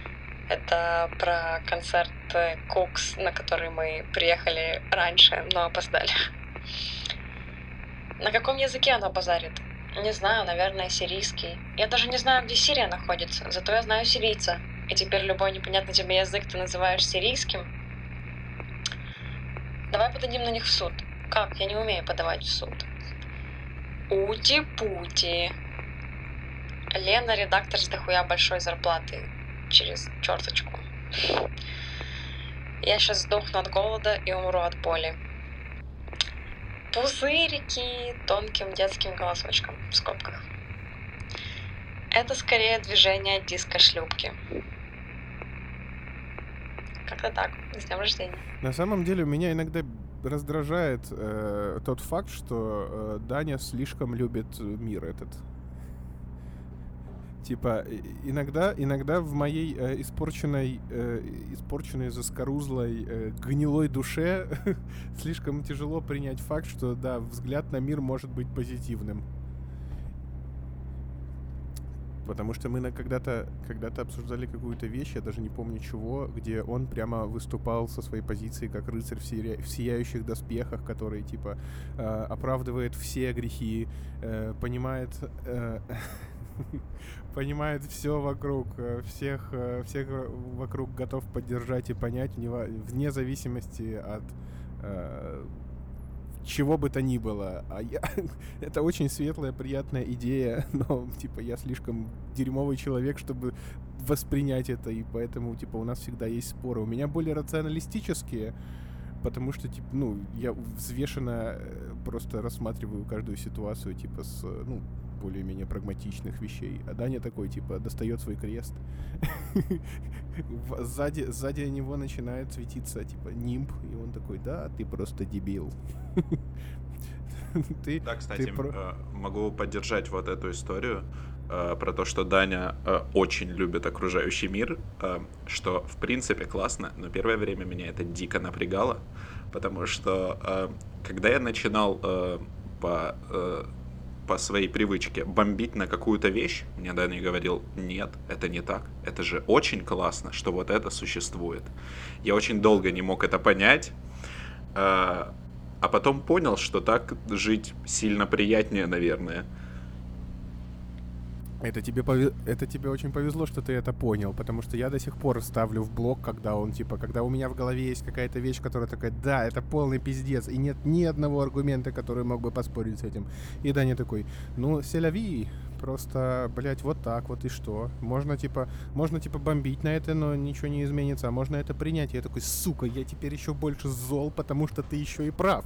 Это про концерт Кукс, на который мы приехали раньше, но опоздали. На каком языке оно базарит? Не знаю, наверное, сирийский. Я даже не знаю, где Сирия находится, зато я знаю сирийца. И теперь любой непонятный тебе язык ты называешь сирийским. Давай подадим на них в суд. Как? Я не умею подавать в суд. Ути-пути. Лена, редактор с дохуя большой зарплатой. Через черточку. Я сейчас сдохну от голода и умру от боли. Пузырики тонким детским голосочком в скобках. Это скорее движение диско-шлюпки. Как-то так. С днем рождения. На самом деле меня иногда раздражает тот факт, что Даня слишком любит мир этот. Типа, иногда в моей испорченной, заскорузлой, гнилой душе слишком тяжело принять факт, что, да, взгляд на мир может быть позитивным. Потому что мы когда-то обсуждали какую-то вещь, я даже не помню чего, где он прямо выступал со своей позиции как рыцарь в сияющих доспехах, который, типа, оправдывает все грехи, понимает все вокруг, всех вокруг готов поддержать и понять, вне зависимости от чего бы то ни было. Это очень светлая, приятная идея, но, типа, я слишком дерьмовый человек, чтобы воспринять это, и поэтому, типа, у нас всегда есть споры. У меня более рационалистические, потому что, типа, я взвешенно просто рассматриваю каждую ситуацию, типа, с, более-менее прагматичных вещей. А Даня такой, типа, достает свой крест. Сзади него начинает светиться, типа, нимб, и он такой: да, ты просто дебил. Да, кстати, могу поддержать вот эту историю про то, что Даня очень любит окружающий мир, что, в принципе, классно, но первое время меня это дико напрягало, потому что, когда я начинал по своей привычке бомбить на какую-то вещь, мне Даня говорил: нет, это не так, это же очень классно, что вот это существует. Я очень долго не мог это понять, а потом понял, что так жить сильно приятнее, наверное. Это тебе очень повезло, что ты это понял, потому что я до сих пор ставлю в блок, когда у меня в голове есть какая-то вещь, которая такая: да, это полный пиздец, и нет ни одного аргумента, который мог бы поспорить с этим. И Даня такой: c'est-la-vie, просто, блять, вот так вот, и что? Можно бомбить на это, но ничего не изменится, а можно это принять. И я такой: сука, я теперь еще больше зол, потому что ты еще и прав.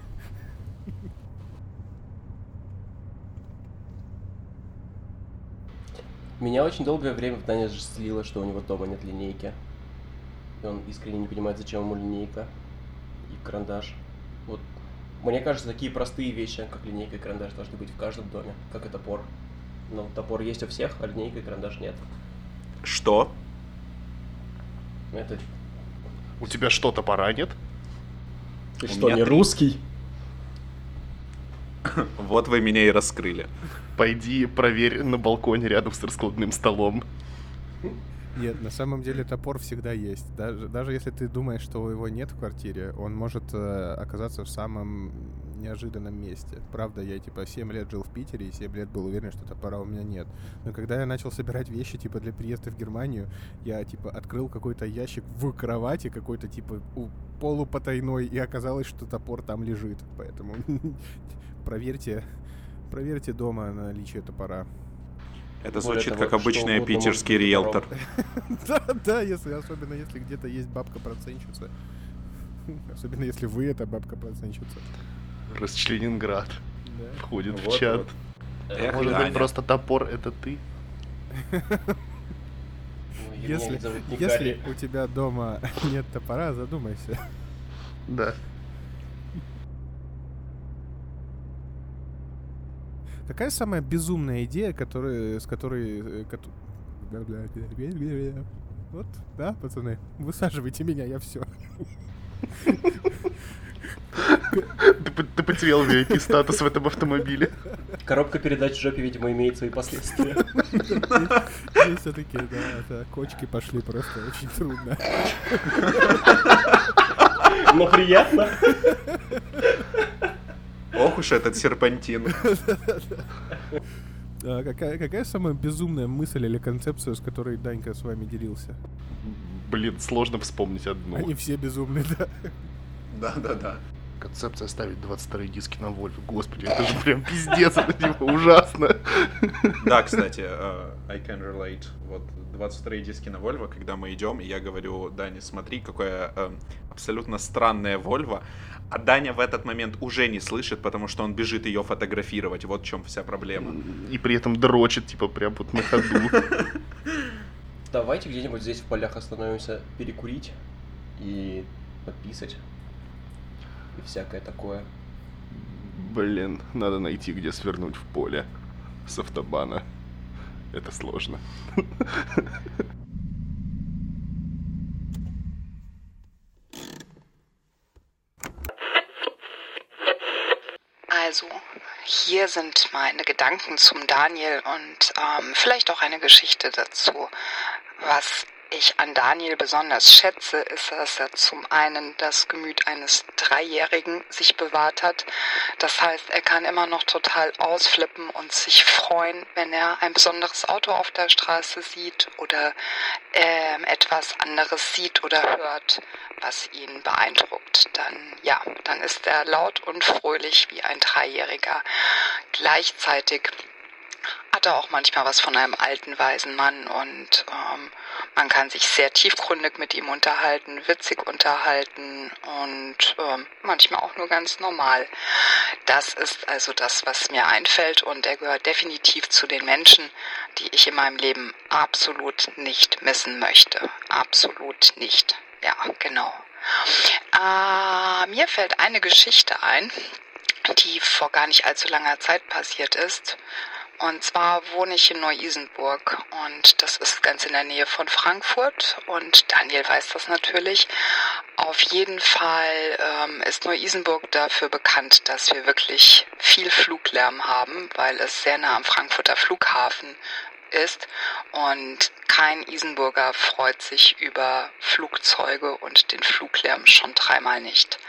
Меня очень долгое время в Дане злило, что у него дома нет линейки. И он искренне не понимает, зачем ему линейка и карандаш. Вот, мне кажется, такие простые вещи, как линейка и карандаш, должны быть в каждом доме, как и топор. Но топор есть у всех, а линейка и карандаш нет. Что? Это... У тебя что, топора нет? Ты что, не русский? Вот вы меня и раскрыли. Пойди проверь на балконе рядом с раскладным столом. Нет, на самом деле топор всегда есть. Даже если ты думаешь, что его нет в квартире, он может оказаться в самом неожиданном месте. Правда, я 7 лет жил в Питере, и 7 лет был уверен, что топора у меня нет. Но когда я начал собирать вещи, для приезда в Германию, я, открыл какой-то ящик в кровати, какой-то, полупотайной, и оказалось, что топор там лежит. Поэтому проверьте дома наличие топора. Это звучит как обычный питерский риэлтор. Да, особенно если где-то есть бабка-процентщица. Особенно если вы это бабка-процентщица. Расчленинград входит в чат. Может быть, просто топор — это ты? Если у тебя дома нет топора, задумайся. Да. Какая самая безумная идея, с которой... Вот, да, пацаны? Высаживайте меня, я все. Ты потерял VIP-статус в этом автомобиле. Коробка передач в жопе, видимо, имеет свои последствия. Здесь все-таки, да, это кочки пошли просто очень трудно. Но приятно. Ох уж этот серпантин. Какая самая безумная мысль или концепция, с которой Данька с вами делился? Блин, сложно вспомнить одну. Они все безумные, да? Да. Концепция ставить 22 диски на Вольво. Господи, это же прям пиздец, это типа ужасно. Да, кстати, I can relate. Вот 22 диски на Volvo, когда мы идем, и я говорю: Даня, смотри, какое абсолютно странное Volvo. А Даня в этот момент уже не слышит, потому что он бежит ее фотографировать. Вот в чем вся проблема. И при этом дрочит, типа, прям вот на ходу. Давайте где-нибудь здесь в полях остановимся перекурить и подписать. И всякое такое. Блин, надо найти, где свернуть в поле с автобана. Это сложно. Also, hier sind meine Gedanken zum Daniel und vielleicht auch eine Geschichte dazu. Was ich an Daniel besonders schätze, ist, dass er zum einen das Gemüt eines Dreijährigen sich bewahrt hat. Das heißt, er kann immer noch total ausflippen und sich freuen, wenn er ein besonderes Auto auf der Straße sieht oder etwas anderes sieht oder hört, was ihn beeindruckt. Dann ist er laut und fröhlich wie ein Dreijähriger. Gleichzeitig hat er auch manchmal was von einem alten, weisen Mann und man kann sich sehr tiefgründig mit ihm unterhalten, witzig unterhalten und manchmal auch nur ganz normal. Das ist also das, was mir einfällt, und er gehört definitiv zu den Menschen, die ich in meinem Leben absolut nicht missen möchte. Absolut nicht. Ja, genau. Mir fällt eine Geschichte ein, die vor gar nicht allzu langer Zeit passiert ist. Und zwar wohne ich in Neu-Isenburg und das ist ganz in der Nähe von Frankfurt und Daniel weiß das natürlich. Auf jeden Fall ist Neu-Isenburg dafür bekannt, dass wir wirklich viel Fluglärm haben, weil es sehr nah am Frankfurter Flughafen ist und kein Isenburger freut sich über Flugzeuge und den Fluglärm schon dreimal nicht.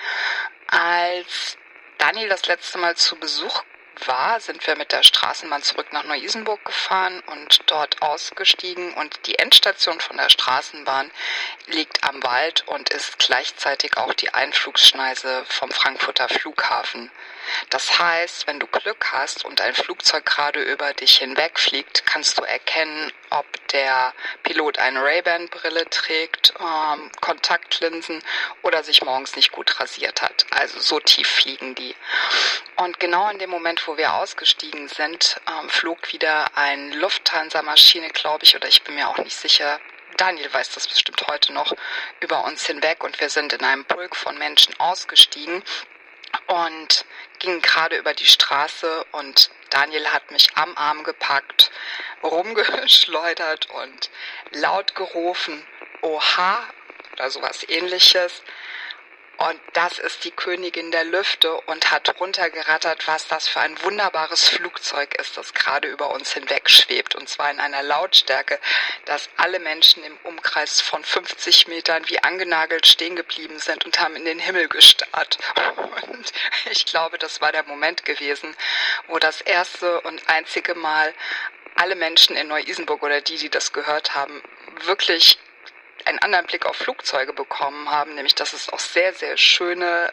Als Daniel das letzte Mal zu Besuch war, sind wir mit der Straßenbahn zurück nach Neu-Isenburg gefahren und dort ausgestiegen, und die Endstation von der Straßenbahn liegt am Wald und ist gleichzeitig auch die Einflugschneise vom Frankfurter Flughafen. Das heißt, wenn du Glück hast und ein Flugzeug gerade über dich hinwegfliegt, kannst du erkennen, ob der Pilot eine Ray-Ban-Brille trägt, Kontaktlinsen oder sich morgens nicht gut rasiert hat. Also so tief fliegen die. Und genau in dem Moment, wo wir ausgestiegen sind, flog wieder eine Lufthansa-Maschine, glaube ich, oder ich bin mir auch nicht sicher, Daniel weiß das bestimmt heute noch, über uns hinweg, und wir sind in einem Pulk von Menschen ausgestiegen und gingen gerade über die Straße, und Daniel hat mich am Arm gepackt, rumgeschleudert und laut gerufen, Oha, oder sowas Ähnliches. Und das ist die Königin der Lüfte, und hat runtergerattert, was das für ein wunderbares Flugzeug ist, das gerade über uns hinweg schwebt. Und zwar in einer Lautstärke, dass alle Menschen im Umkreis von 50 Metern wie angenagelt stehen geblieben sind und haben in den Himmel gestarrt. Und ich glaube, das war der Moment gewesen, wo das erste und einzige Mal alle Menschen in Neu-Isenburg oder die das gehört haben, wirklich einen anderen Blick auf Flugzeuge bekommen haben, nämlich dass es auch sehr, sehr schöne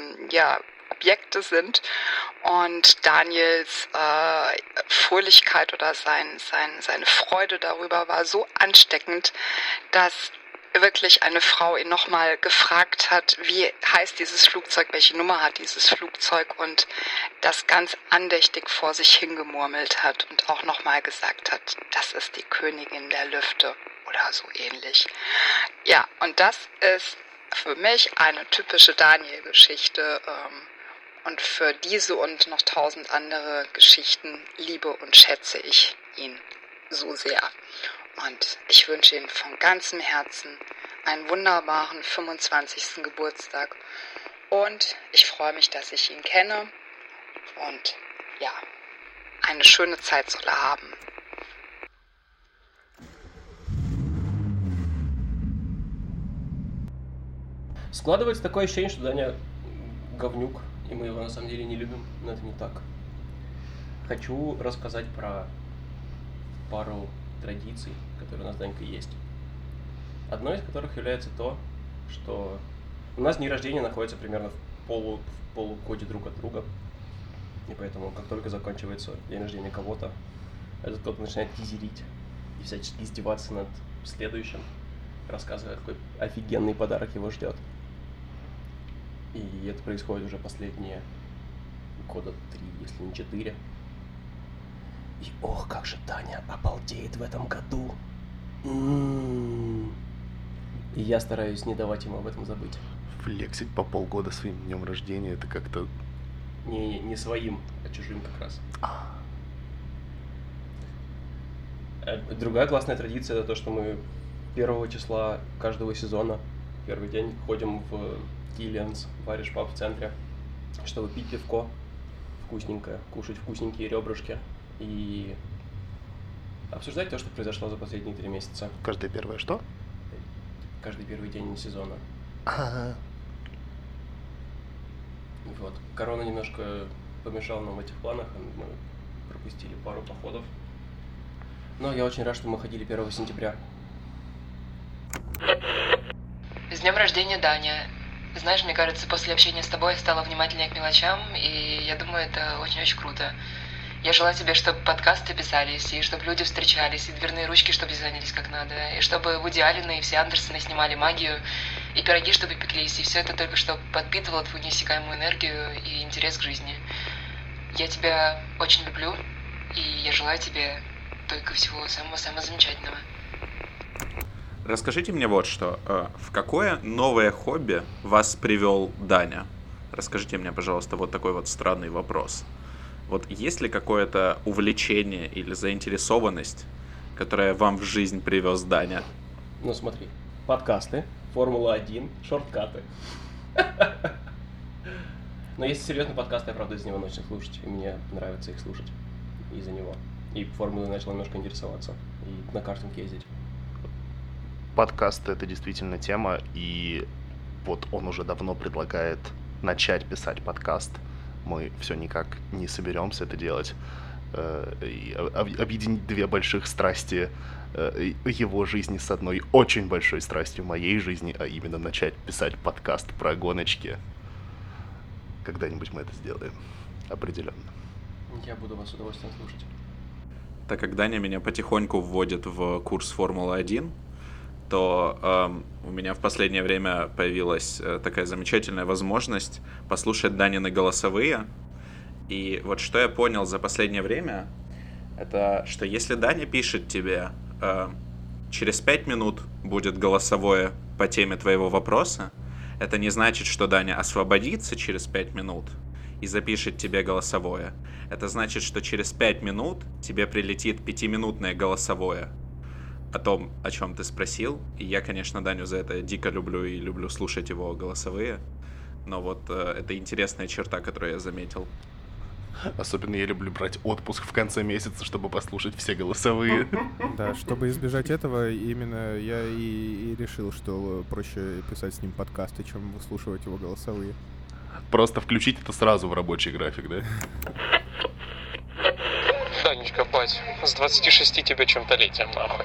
Objekte sind, und Daniels Fröhlichkeit oder seine Freude darüber war so ansteckend, dass wirklich eine Frau ihn nochmal gefragt hat, wie heißt dieses Flugzeug, welche Nummer hat dieses Flugzeug, und das ganz andächtig vor sich hingemurmelt hat und auch nochmal gesagt hat, das ist die Königin der Lüfte oder so ähnlich. Ja, und das ist für mich eine typische Daniel-Geschichte, und für diese und noch 1000 andere Geschichten liebe und schätze ich ihn so sehr. Und ich wünsche ihm von ganzem Herzen einen wunderbaren 25. Geburtstag. Und ich freue mich, dass ich ihn kenne. Und ja, eine schöne Zeit soll er haben. Складывается такое ощущение, что Даня говнюк, и мы его на самом деле не любим, но это не так. Хочу рассказать про пару традиций, которые у нас с Данькой есть. Одной из которых является то, что у нас дни рождения находятся примерно в полугоде друг от друга. И поэтому, как только заканчивается день рождения кого-то, этот кто-то начинает тизерить и всячески издеваться над следующим, рассказывая, какой офигенный подарок его ждет. И это происходит уже последние года 3, если не 4. И ох, как же Таня обалдеет в этом году. И я стараюсь не давать ему об этом забыть. Флексить по полгода своим днем рождения, это как-то... Не своим, а чужим как раз. Другая классная традиция — это то, что мы 1 числа каждого сезона, первый день, ходим в Киллианс, в Irish Pub в центре, чтобы пить пивко вкусненькое, кушать вкусненькие ребрышки и обсуждать то, что произошло за последние 3 месяца. Каждое первое что? Каждый первый день сезона. Вот. Корона немножко помешала нам в этих планах, мы пропустили пару походов. Но я очень рад, что мы ходили 1 сентября. С днем рождения, Даня. Знаешь, мне кажется, после общения с тобой я стала внимательнее к мелочам, и я думаю, это очень-очень круто. Я желаю тебе, чтобы подкасты писались, и чтобы люди встречались, и дверные ручки, чтобы дизайнились как надо, и чтобы Вуди Аллен и все Андерсоны снимали магию, и пироги, чтобы пеклись, и все это только чтобы подпитывало твою неиссякаемую энергию и интерес к жизни. Я тебя очень люблю, и я желаю тебе только всего самого-самого замечательного. Расскажите мне вот что. В какое новое хобби вас привел Даня? Расскажите мне, пожалуйста, вот такой вот странный вопрос. Вот есть ли какое-то увлечение или заинтересованность, которая вам в жизнь привез Даня? Ну смотри, подкасты, Формула-1, шорткаты. Но если серьезно, подкасты, я правда из него начал слушать, и мне нравится их слушать из-за него. И Формулой начал немножко интересоваться, и на картинг ездить. Подкасты — это действительно тема, и вот он уже давно предлагает начать писать подкаст. Мы все никак не соберемся это делать. И объединить 2 больших страсти его жизни с одной очень большой страстью моей жизни, а именно начать писать подкаст про гоночки. Когда-нибудь мы это сделаем. Определенно. Я буду вас с удовольствием слушать. Так как Даня меня потихоньку вводит в курс Формулы-1, то у меня в последнее время появилась такая замечательная возможность послушать Данины голосовые. И вот что я понял за последнее время, это что если Даня пишет тебе через 5 минут будет голосовое по теме твоего вопроса, это не значит, что Даня освободится через 5 минут и запишет тебе голосовое. Это значит, что через 5 минут тебе прилетит 5-минутное голосовое о том, о чем ты спросил. И я, конечно, Даню за это дико люблю и люблю слушать его голосовые. Но вот это интересная черта, которую я заметил. Особенно я люблю брать отпуск в конце месяца, чтобы послушать все голосовые. Да, чтобы избежать этого, именно я и решил, что проще писать с ним подкасты, чем выслушивать его голосовые. Просто включить это сразу в рабочий график, да? Данечка, бать, с 26 тебе чем-то летим, нахуй.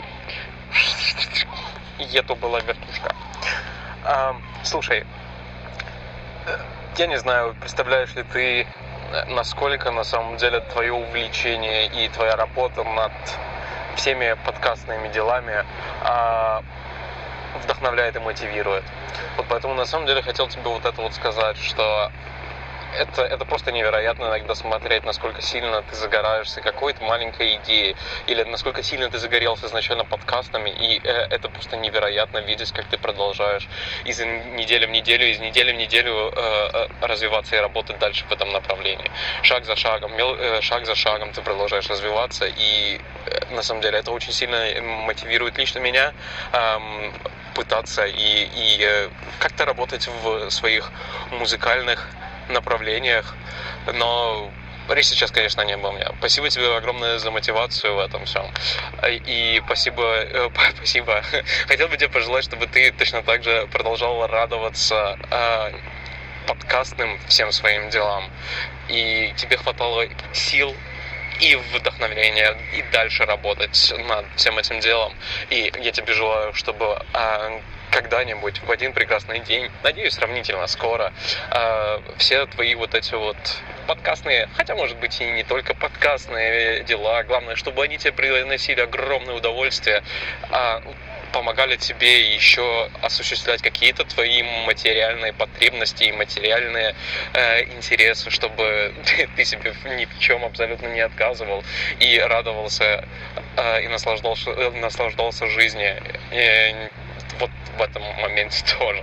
Это была вертушка. Слушай, я не знаю, представляешь ли ты, насколько на самом деле твое увлечение и твоя работа над всеми подкастными делами вдохновляет и мотивирует. Вот поэтому на самом деле хотел тебе вот это вот сказать, что это просто невероятно иногда смотреть, насколько сильно ты загораешься какой-то маленькой идеей, или насколько сильно ты загорелся изначально подкастами, и это просто невероятно видеть, как ты продолжаешь из недели в неделю, из недели в неделю развиваться и работать дальше в этом направлении. Шаг за шагом ты продолжаешь развиваться, и на самом деле это очень сильно мотивирует лично меня пытаться и как-то работать в своих музыкальных направлениях, но Речь сейчас, конечно, не обо мне. Спасибо тебе огромное за мотивацию в этом всем. И спасибо. Хотел бы тебе пожелать, чтобы ты точно так же продолжал радоваться подкастным всем своим делам. И тебе хватало сил и вдохновения и дальше работать над всем этим делом. И я тебе желаю, чтобы когда-нибудь в один прекрасный день, надеюсь, сравнительно скоро, все твои вот эти вот подкастные, хотя, может быть, и не только подкастные дела, главное, чтобы они тебе приносили огромное удовольствие, помогали тебе еще осуществлять какие-то твои материальные потребности и материальные интересы, чтобы ты себе ни в чем абсолютно не отказывал и радовался и наслаждался жизнью вот в этом моменте тоже.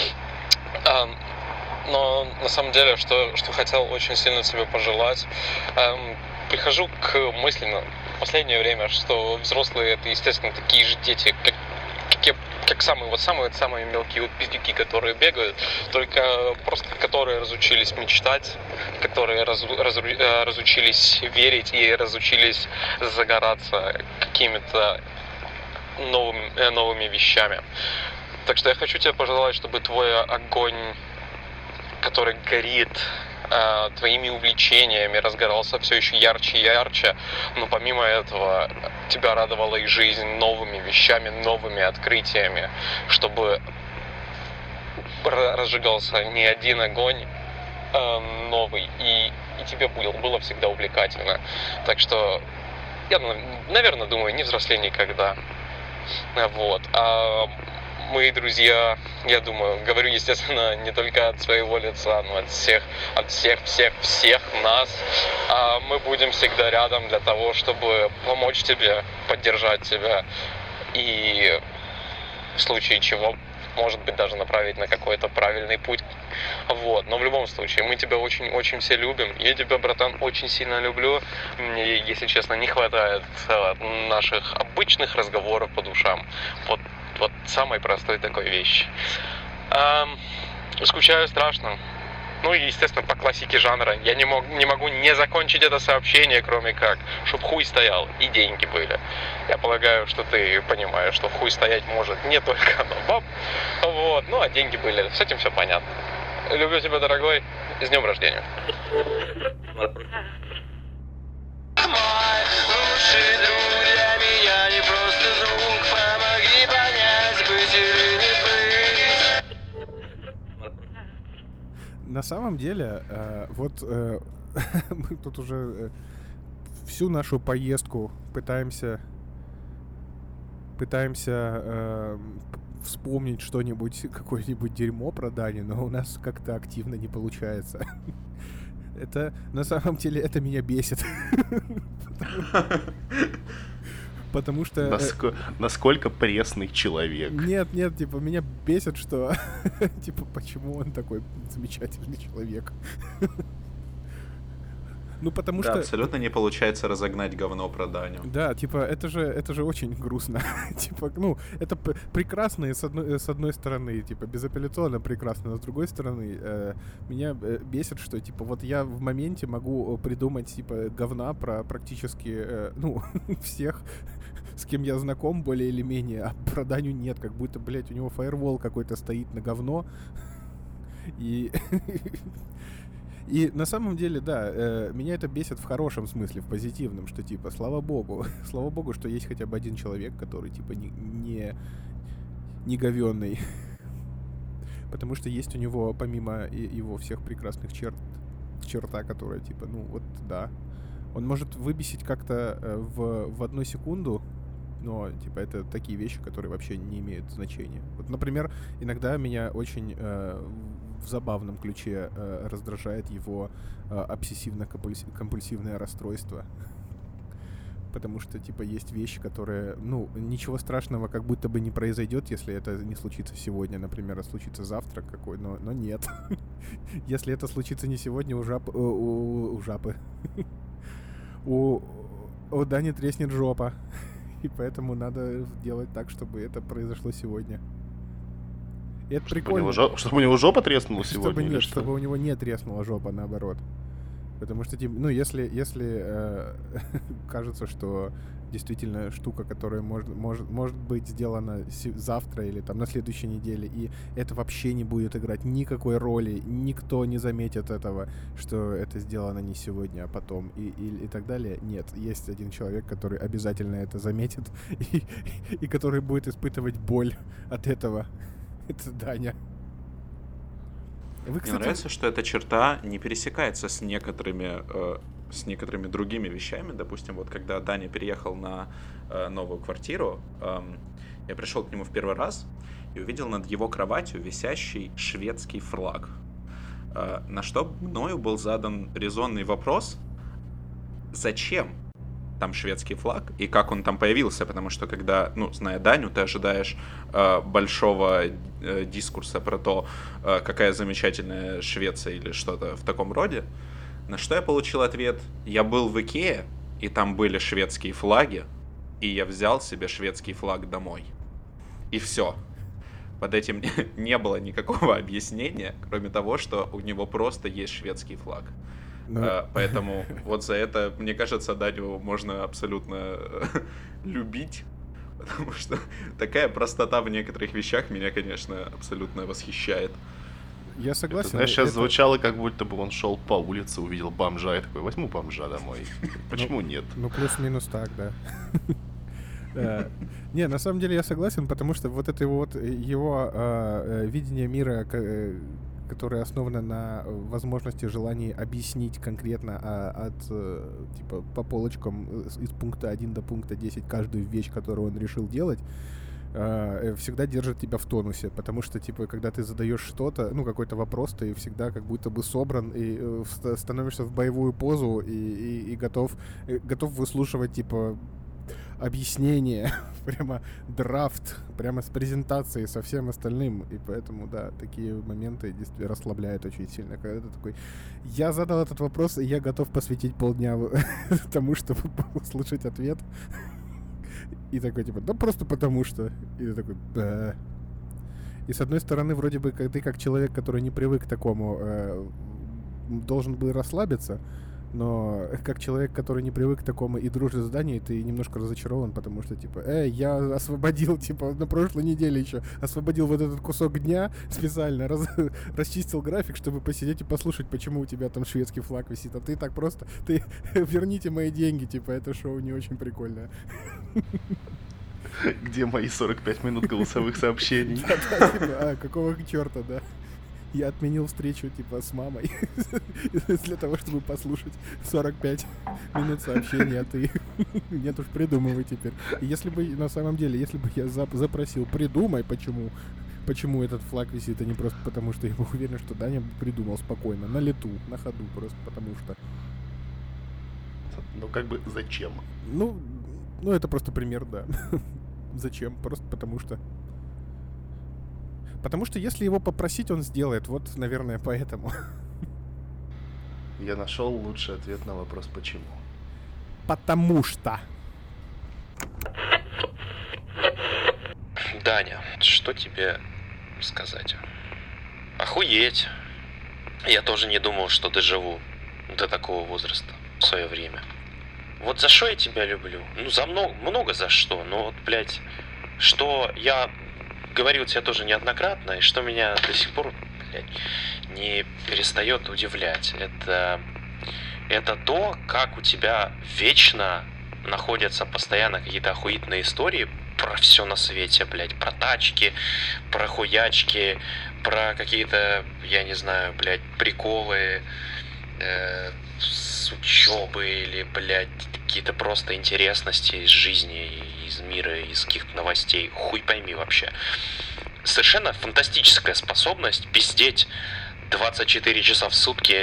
Но на самом деле, что хотел очень сильно тебе пожелать, прихожу к мысли в последнее время, что взрослые это, естественно, такие же дети, как самые мелкие вот пиздюки, которые бегают, только просто которые разучились мечтать, которые разучились верить и разучились загораться какими-то новыми вещами. Так что я хочу тебе пожелать, чтобы твой огонь, который горит твоими увлечениями, разгорался все еще ярче и ярче, но помимо этого тебя радовала и жизнь новыми вещами, новыми открытиями, чтобы разжигался не один огонь новый, и тебе было всегда увлекательно. Так что я, наверное, думаю, не взрослей никогда. Вот. Мои друзья, я думаю, говорю, естественно, не только от своего лица, но от всех нас. Мы будем всегда рядом для того, чтобы помочь тебе, поддержать тебя и в случае чего, может быть, даже направить на какой-то правильный путь. Вот. Но в любом случае, мы тебя очень-очень все любим. Я тебя, братан, очень сильно люблю. Мне, если честно, не хватает наших обычных разговоров по душам. Вот самой простой такой вещи. Скучаю страшно. Ну и, естественно, по классике жанра. Я не могу не закончить это сообщение, кроме как, чтоб хуй стоял и деньги были. Я полагаю, что ты понимаешь, что хуй стоять может не только баб. Вот, ну а деньги были. С этим все понятно. Люблю тебя, дорогой. С днем рождения. Лучший друг для меня не просто звук. Помоги понять, быть или не быть. На самом деле, мы тут уже всю нашу поездку пытаемся вспомнить что-нибудь, какое-нибудь дерьмо про Дани, но у нас как-то активно не получается. Это, на самом деле, это меня бесит. Потому что... Насколько пресный человек. Нет, типа, меня бесит, что... Типа, почему он такой замечательный человек? Ну, потому что... абсолютно не получается разогнать говно про Даню. Да, типа, это же очень грустно. Типа, ну, это прекрасно и с одной стороны, типа, безапелляционно прекрасно, но с другой стороны, меня бесит, что, типа, вот я в моменте могу придумать, типа, говна про практически, всех, с кем я знаком более или менее, а про Даню нет, как будто, блядь, у него фаервол какой-то стоит на говно, И на самом деле, да, меня это бесит в хорошем смысле, в позитивном, что, типа, слава богу, что есть хотя бы один человек, который, типа, не говённый. Потому что есть у него, помимо его всех прекрасных черта, которая, типа, ну, вот, да. Он может выбесить как-то в одну секунду, но, типа, это такие вещи, которые вообще не имеют значения. Вот, например, иногда меня очень в забавном ключе раздражает его обсессивно-компульсивное расстройство. Потому что, типа, есть вещи, которые, ну, ничего страшного как будто бы не произойдет, если это не случится сегодня, например, а случится завтра какой, но нет. Если это случится не сегодня, у Дани треснет жопа. И поэтому надо делать так, чтобы это произошло сегодня. И это прикольно. Чтобы у него жопа треснула сегодня? Чтобы у него не треснула жопа, наоборот. Потому что, ну, если кажется, что действительно штука, которая может быть сделана завтра или там на следующей неделе, и это вообще не будет играть никакой роли, никто не заметит этого, что это сделано не сегодня, а потом, и так далее. Нет, есть один человек, который обязательно это заметит, и который будет испытывать боль от этого. Это Даня. Мне нравится, что эта черта не пересекается с некоторыми другими вещами. Допустим, вот когда Даня переехал на новую квартиру, я пришел к нему в первый раз и увидел над его кроватью висящий шведский флаг. На что мною был задан резонный вопрос: зачем там шведский флаг и как он там появился? Потому что когда, ну, зная Даню, ты ожидаешь большого дискурса про то, какая замечательная Швеция или что-то в таком роде. На что я получил ответ: я был в Икее, и там были шведские флаги, и я взял себе шведский флаг домой. И все. Под этим не было никакого объяснения, кроме того, что у него просто есть шведский флаг. Поэтому вот за это, мне кажется, Даню можно абсолютно любить, потому что такая простота в некоторых вещах меня, конечно, абсолютно восхищает. Я согласен. Знаешь, сейчас звучало, как будто бы он шел по улице, увидел бомжа и такой: возьму бомжа домой. Почему нет? Ну, плюс-минус так, да. Не, на самом деле я согласен, потому что вот это вот его видение мира, которое основано на возможности, желании объяснить конкретно типа по полочкам из пункта 1 до пункта 10 каждую вещь, которую он решил делать, всегда держит тебя в тонусе, потому что, типа, когда ты задаешь что-то, ну, какой-то вопрос, ты всегда как будто бы собран и становишься в боевую позу и готов выслушивать, типа, объяснение, прямо драфт, прямо с презентацией со всем остальным, и поэтому, да, такие моменты действительно расслабляют очень сильно, когда ты такой: я задал этот вопрос, и я готов посвятить полдня тому, чтобы услышать ответ. И такой, типа: да просто потому что. И ты такой: да. И с одной стороны, вроде бы, ты как человек, который не привык к такому, должен был расслабиться, но как человек, который не привык к такому и дружит с Даней, ты немножко разочарован, потому что, типа, я освободил, типа, на прошлой неделе еще освободил вот этот кусок дня специально, расчистил график, чтобы посидеть и послушать, почему у тебя там шведский флаг висит, а ты так просто: верните мои деньги, типа, это шоу не очень прикольное. Где мои 45 минут голосовых сообщений? Да, типа, какого черта, да? Я отменил встречу, типа, с мамой для того, чтобы послушать 45 минут сообщений, а ты... Нет уж, придумывай теперь. И если бы, на самом деле, если бы я запросил: придумай, почему этот флаг висит, а не просто потому, что я был уверен, что Даня придумал спокойно, на лету, на ходу, просто потому что... Ну, как бы, зачем? Ну, это просто пример, да. Зачем? Просто потому что... Потому что если его попросить, он сделает. Вот, наверное, поэтому. Я нашел лучший ответ на вопрос «почему?». Потому что. Даня, что тебе сказать? Охуеть. Я тоже не думал, что доживу до такого возраста в свое время. Вот за что я тебя люблю? Ну, за много за что. Но вот, блядь, что я говорил тебе тоже неоднократно, и что меня до сих пор, блядь, не перестает удивлять. Это то, как у тебя вечно находятся постоянно какие-то охуительные истории про все на свете, блядь, про тачки, про хуячки, про какие-то, я не знаю, блядь, приколы с учебы или, блядь, какие-то просто интересности из жизни, из мира, из каких-то новостей. Хуй пойми вообще. Совершенно фантастическая способность пиздеть 24 часа в сутки,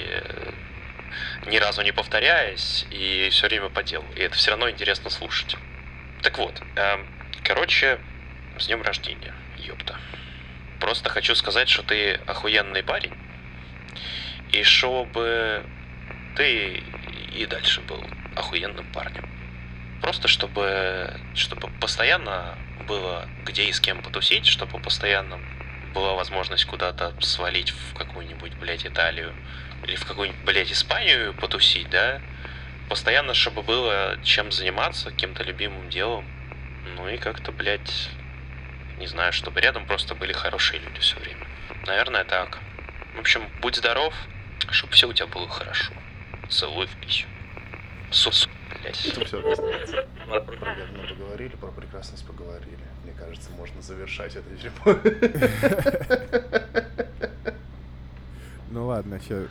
ни разу не повторяясь, и все время по делу. И это все равно интересно слушать. Так вот, короче, с днем рождения, ёпта. Просто хочу сказать, что ты охуенный парень, и чтобы ты и дальше был охуенным парнем. Просто чтобы постоянно было где и с кем потусить, чтобы постоянно была возможность куда-то свалить в какую-нибудь, блядь, Италию или в какую-нибудь, блядь, Испанию потусить, да? Постоянно, чтобы было чем заниматься, каким-то любимым делом. Ну и как-то, блядь, не знаю, чтобы рядом просто были хорошие люди все время. Наверное, так. В общем, будь здоров, чтобы все у тебя было хорошо. Целуй в пищу. Блядь. Это все объясняется. Про говно поговорили, про прекрасность поговорили. Мне кажется, можно завершать это дерьмо. Ну ладно, сейчас.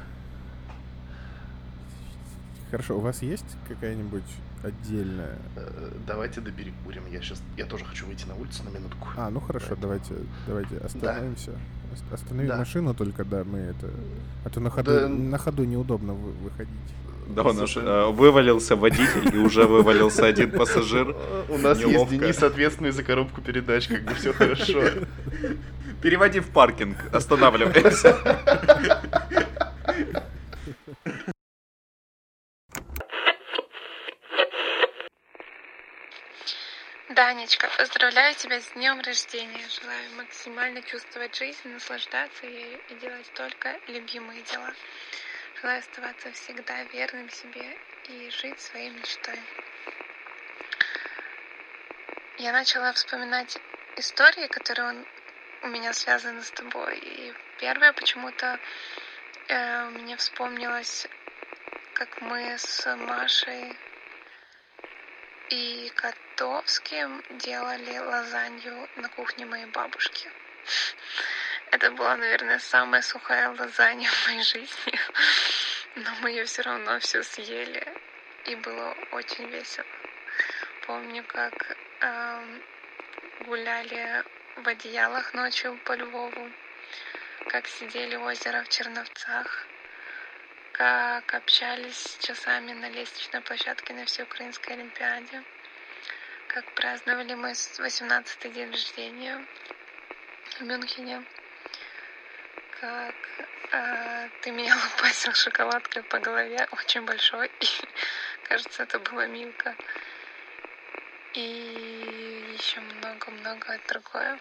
Хорошо, у вас есть какая-нибудь отдельная? Давайте доперекурим. Я тоже хочу выйти на улицу на минутку. Ну хорошо, давайте остановимся. Остановим машину только, да, мы это. А то на ходу неудобно выходить. Да, у нас вывалился водитель и уже вывалился один пассажир. У нас есть Денис, ответственный за коробку передач, как бы все хорошо. Переводи в паркинг, останавливайся. Данечка, поздравляю тебя с днем рождения. Желаю максимально чувствовать жизнь, наслаждаться ею и делать только любимые дела. Желаю оставаться всегда верным себе и жить своей мечтой. Я начала вспоминать истории, которые у меня связаны с тобой. И первое почему-то мне вспомнилось, как мы с Машей и Котовским делали лазанью на кухне моей бабушки. Это была, наверное, самая сухая лазанья в моей жизни, но мы ее все равно все съели, и было очень весело. Помню, как гуляли в одеялах ночью по Львову, как сидели у озера в Черновцах, как общались часами на лестничной площадке на Всеукраинской Олимпиаде, как праздновали мой 18-й день рождения в Мюнхене, как ты меня лупасил шоколадкой по голове, очень большой, и, кажется, это была Милка. И еще много-много другое.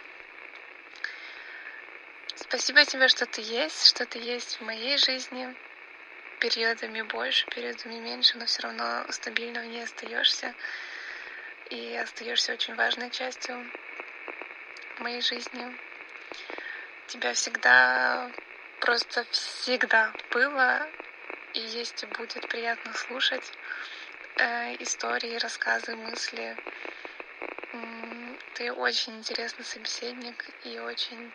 Спасибо тебе, что ты есть в моей жизни. Периодами больше, периодами меньше, но все равно стабильно в ней остаешься. И остаешься очень важной частью моей жизни. Тебя всегда, просто всегда было и есть и будет приятно слушать истории, рассказы, мысли. Ты очень интересный собеседник и очень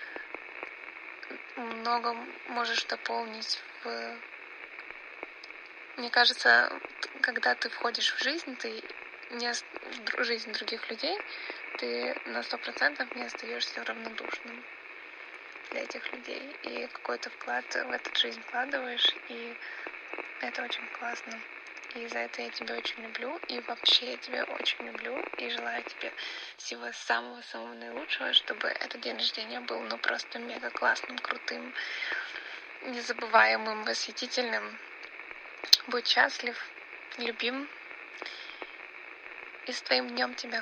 много можешь дополнить Мне кажется, когда ты входишь в жизнь, ты не в жизнь других людей, ты на 100% не остаешься равнодушным для этих людей. И какой-то вклад в эту жизнь вкладываешь, и это очень классно. И за это я тебя очень люблю, и вообще я тебя очень люблю, и желаю тебе всего самого-самого наилучшего, чтобы этот день рождения был просто мега классным, крутым, незабываемым, восхитительным. Будь счастлив, любим, и с твоим днем тебя.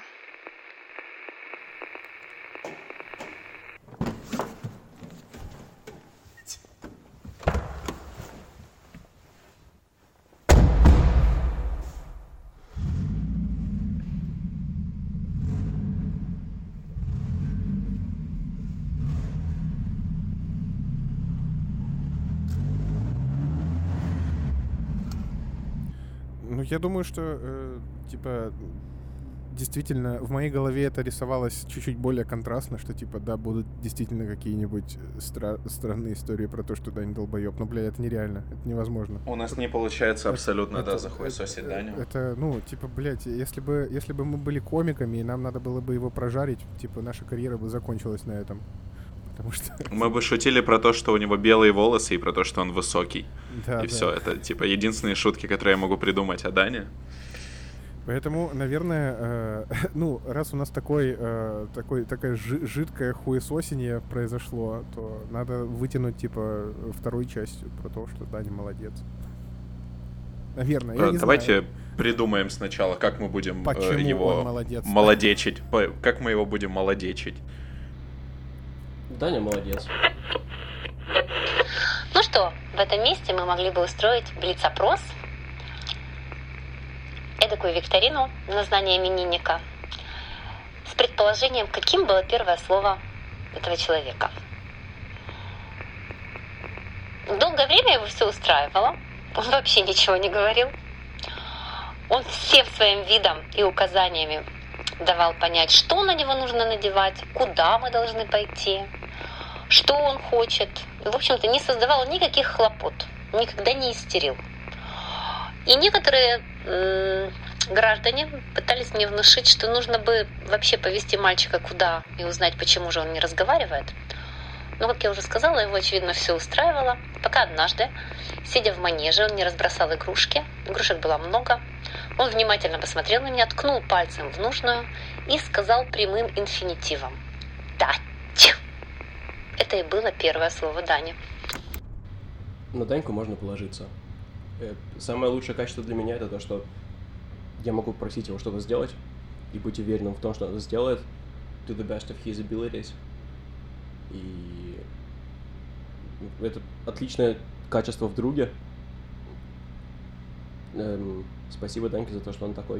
Я думаю, что, действительно, в моей голове это рисовалось чуть-чуть более контрастно, что, да, будут действительно какие-нибудь странные истории про то, что Дань долбоёб. Но, это нереально, это невозможно. У нас не получается абсолютно, захуесосить Даню. Это, если бы мы были комиками, и нам надо было бы его прожарить, наша карьера бы закончилась на этом. Потому что... Мы бы шутили про то, что у него белые волосы, и про то, что он высокий. Да, и все, это, единственные шутки, которые я могу придумать о Дане. Поэтому, наверное, раз у нас такая жидкое хуесосенье произошло, то надо вытянуть, вторую часть про то, что Даня молодец. Наверное, я не Давайте знаю. Придумаем сначала, как мы будем его молодечить. Как мы его будем молодечить. Даня молодец. Ну что, в этом месте мы могли бы устроить блиц-опрос, эдакую викторину на знание именинника с предположением, каким было первое слово этого человека. Долгое время его все устраивало, он вообще ничего не говорил. Он всем своим видом и указаниями давал понять, что на него нужно надевать, куда мы должны пойти, что он хочет. И, в общем-то, не создавал никаких хлопот, никогда не истерил. И некоторые граждане пытались мне внушить, что нужно бы вообще повести мальчика куда и узнать, почему же он не разговаривает. Но, как я уже сказала, его, очевидно, все устраивало, пока однажды, сидя в манеже, он не разбросал игрушки. Игрушек было много. Он внимательно посмотрел на меня, ткнул пальцем в нужную и сказал прямым инфинитивом: «Дать». Это и было первое слово Дани. На Даньку можно положиться. Самое лучшее качество для меня — это то, что я могу просить его что-то сделать и быть уверенным в том, что он это сделает to the best of his abilities. И это отличное качество в друге. Спасибо Даньке за то, что он такой.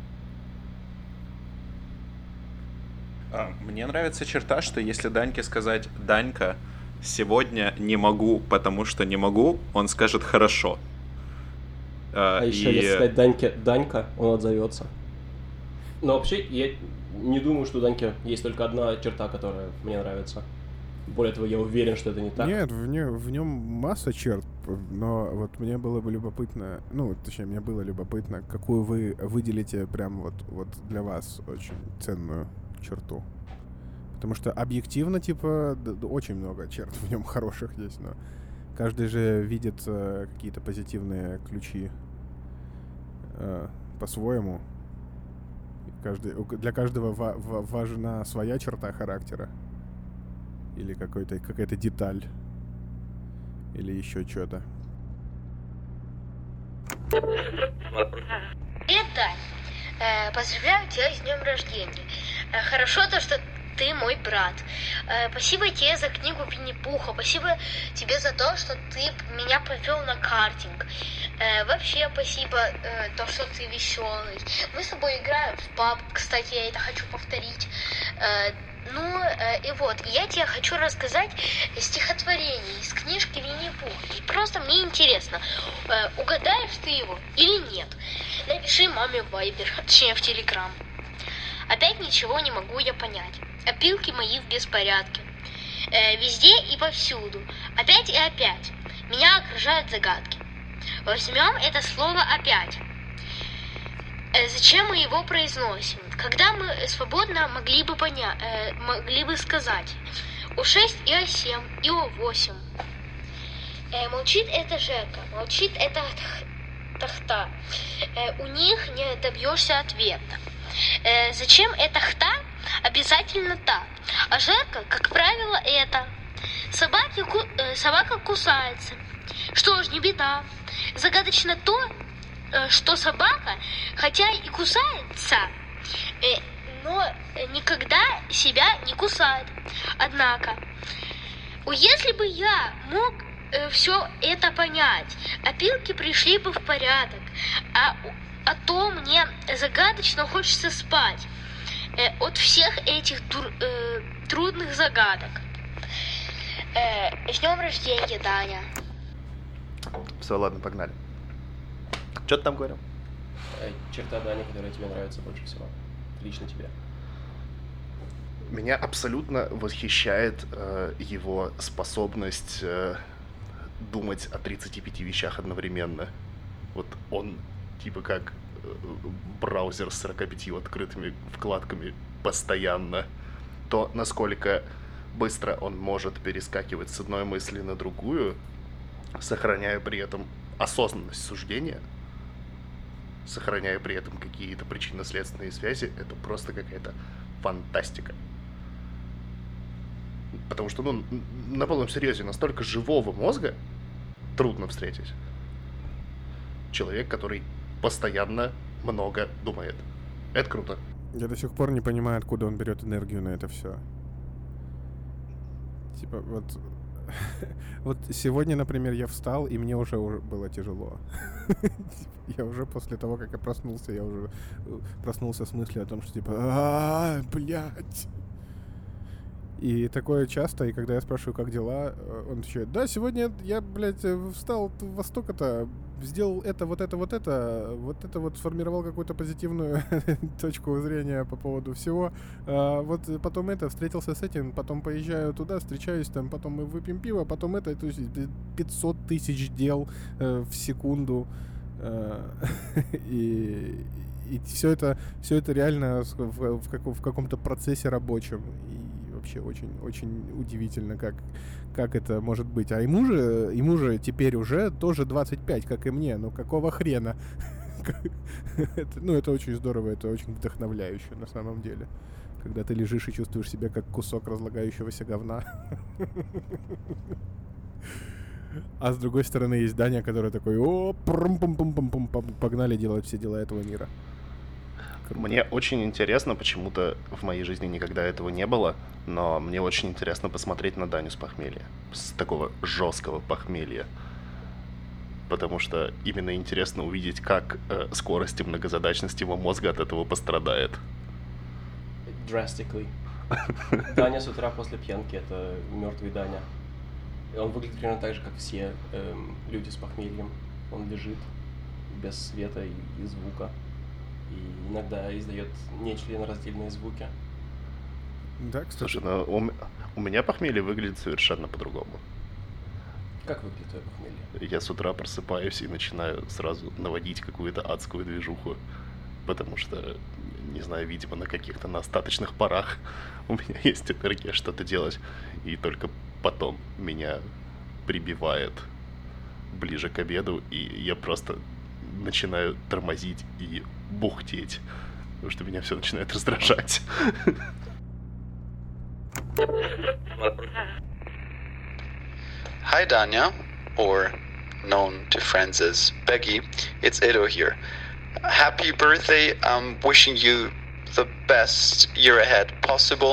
Мне нравится черта, что если Даньке сказать: «Данька, сегодня не могу, потому что не могу», он скажет «хорошо». А еще если сказать Даньке «Данька», он отзовется. Но вообще, я не думаю, что у Даньки есть только одна черта, которая мне нравится. Более того, я уверен, что это не так. Нет, в нем масса черт, но вот мне было бы любопытно, мне было любопытно, какую вы выделите прям вот для вас очень ценную черту. Потому что объективно, очень много черт в нем хороших есть, но каждый же видит какие-то позитивные ключи по-своему. Для каждого важна своя черта характера. Или какая-то деталь. Или еще что-то. Привет, Дань. Поздравляю тебя с днем рождения. Хорошо то, что ты мой брат. Спасибо тебе за книгу Винни-Пуха. Спасибо тебе за то, что ты меня повел на картинг. Вообще спасибо, то, что ты веселый. Мы с тобой играем в паб. Кстати, я это хочу повторить. И вот, я тебе хочу рассказать стихотворение из книжки Винни-Пуха. И просто мне интересно, угадаешь ты его или нет? Напиши маме в Вайбер, точнее в Телеграм. Опять ничего не могу я понять. Опилки мои в беспорядке. Везде и повсюду. Опять и опять. Меня окружают загадки. Возьмем это слово «опять». Зачем мы его произносим? Когда мы свободно могли бы сказать О6 и О7 и О8. Молчит эта Жека, молчит эта Тахта. У них не добьешься ответа. Зачем эта Хта? Обязательно та. А Жека, как правило, это. Собака кусается. Что ж, не беда. Загадочно то, что собака, хотя и кусается, но никогда себя не кусает. Однако, если бы я мог все это понять, опилки пришли бы в порядок, а то мне загадочно хочется спать от всех этих трудных загадок. С днем рождения, Даня. Все, ладно, погнали. Что ты там говорил? Черта Дани, которая тебе нравится больше всего. Лично тебе. Меня абсолютно восхищает его способность думать о 35 вещах одновременно. Вот он как браузер с 45 открытыми вкладками постоянно. То, насколько быстро он может перескакивать с одной мысли на другую, сохраняя при этом осознанность суждения, сохраняя при этом какие-то причинно-следственные связи, это просто какая-то фантастика. Потому что, на полном серьезе, настолько живого мозга трудно встретить. Человек, который постоянно много думает. Это круто. Я до сих пор не понимаю, откуда он берет энергию на это все. Вот сегодня, например, я встал, и мне уже было тяжело. Я уже после того, как я проснулся, я уже проснулся с мыслью о том, что типа, блядь. И такое часто, и когда я спрашиваю, как дела, он отвечает: да, сегодня я, блядь, встал во столько-то, сделал это, вот сформировал какую-то позитивную точку зрения по поводу всего, вот потом встретился с этим, потом поезжаю туда, встречаюсь там, потом мы выпьем пиво, потом то есть 500 тысяч дел в секунду, и все это реально в каком-то процессе рабочем. И вообще очень удивительно, как это может быть. А ему же теперь уже тоже 25, как и мне. Ну какого хрена? Это очень здорово, это очень вдохновляюще на самом деле. Когда ты лежишь и чувствуешь себя как кусок разлагающегося говна. А с другой стороны есть Даня, который такой: погнали делать все дела этого мира. Мне очень интересно, почему-то в моей жизни никогда этого не было, но мне очень интересно посмотреть на Даню с похмелья. С такого жесткого похмелья. Потому что именно интересно увидеть, как скорость и многозадачность его мозга от этого пострадает. Drastically. Даня с утра после пьянки — это мертвый Даня. И он выглядит примерно так же, как все люди с похмельем. Он лежит без света и звука. И иногда издает нечленораздельные звуки. Да, кстати. Слушай, но у меня похмелье выглядит совершенно по-другому. Как выглядит твое похмелье? Я с утра просыпаюсь и начинаю сразу наводить какую-то адскую движуху. Потому что, не знаю, видимо, на каких-то на остаточных парах у меня есть энергия что-то делать. И только потом меня прибивает ближе к обеду, и я просто начинаю тормозить и бухтеть, потому что меня все начинает раздражать. Hi Danya, or known to friends as Becky, it's Edo here. Happy birthday, I'm wishing you the best year ahead possible.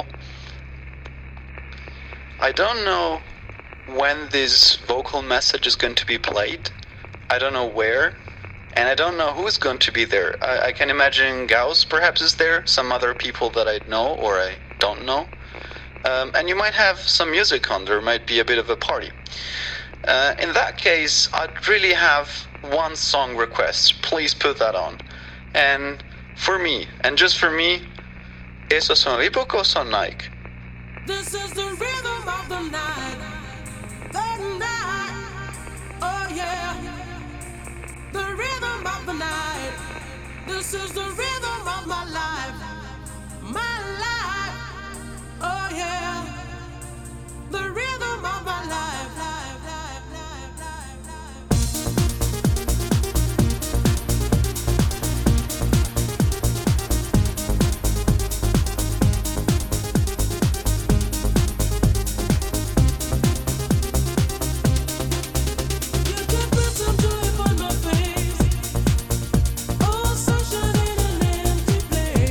I don't know when this vocal message is going to be played. I don't know where. And I don't know who's going to be there. I can imagine Gauss perhaps is there, some other people that I know or I don't know. And you might have some music on, there might be a bit of a party. In that case, I'd really have one song request. Please put that on. And for me, and just for me, esos son Ripoco son Nike. This is the rhythm of the night. The night. Oh yeah. The rhythm of the night. This is the rhythm of my life. My life. Oh yeah. The rhythm of my life. Oh, sunshine in an empty place.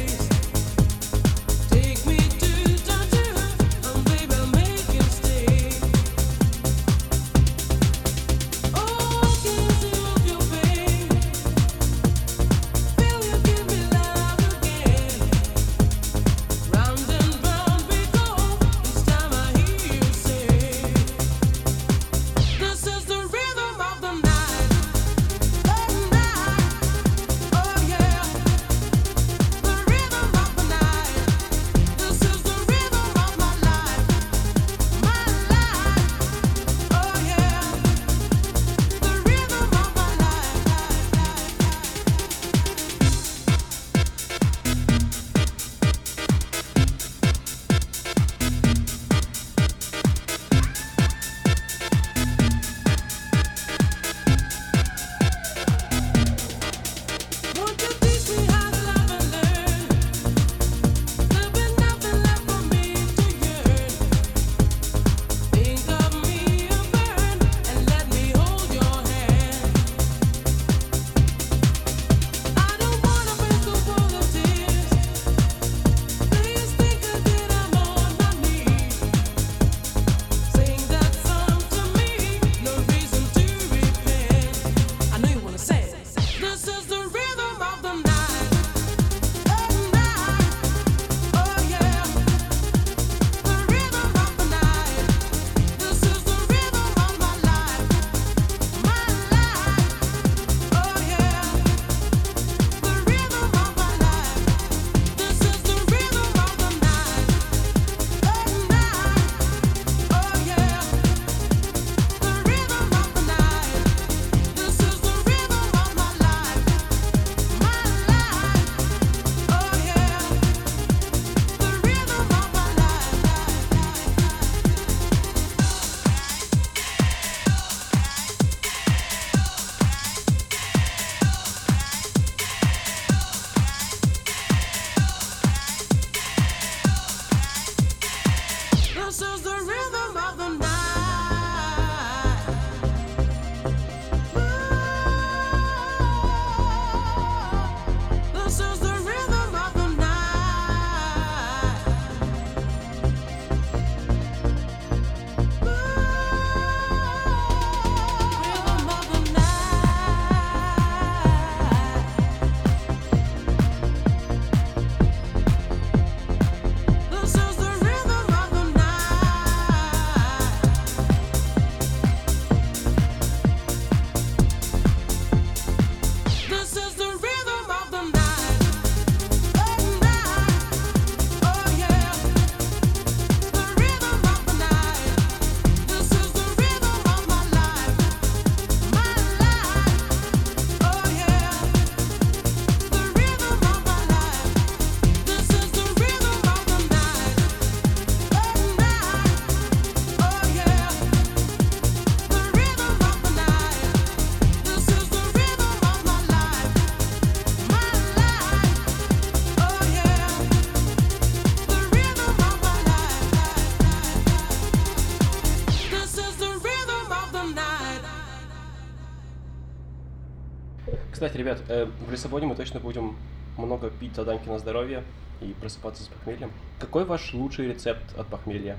Ребят, в Лиссабоне мы точно будем много пить за Даньки на здоровье и просыпаться с похмельем. Какой ваш лучший рецепт от похмелья?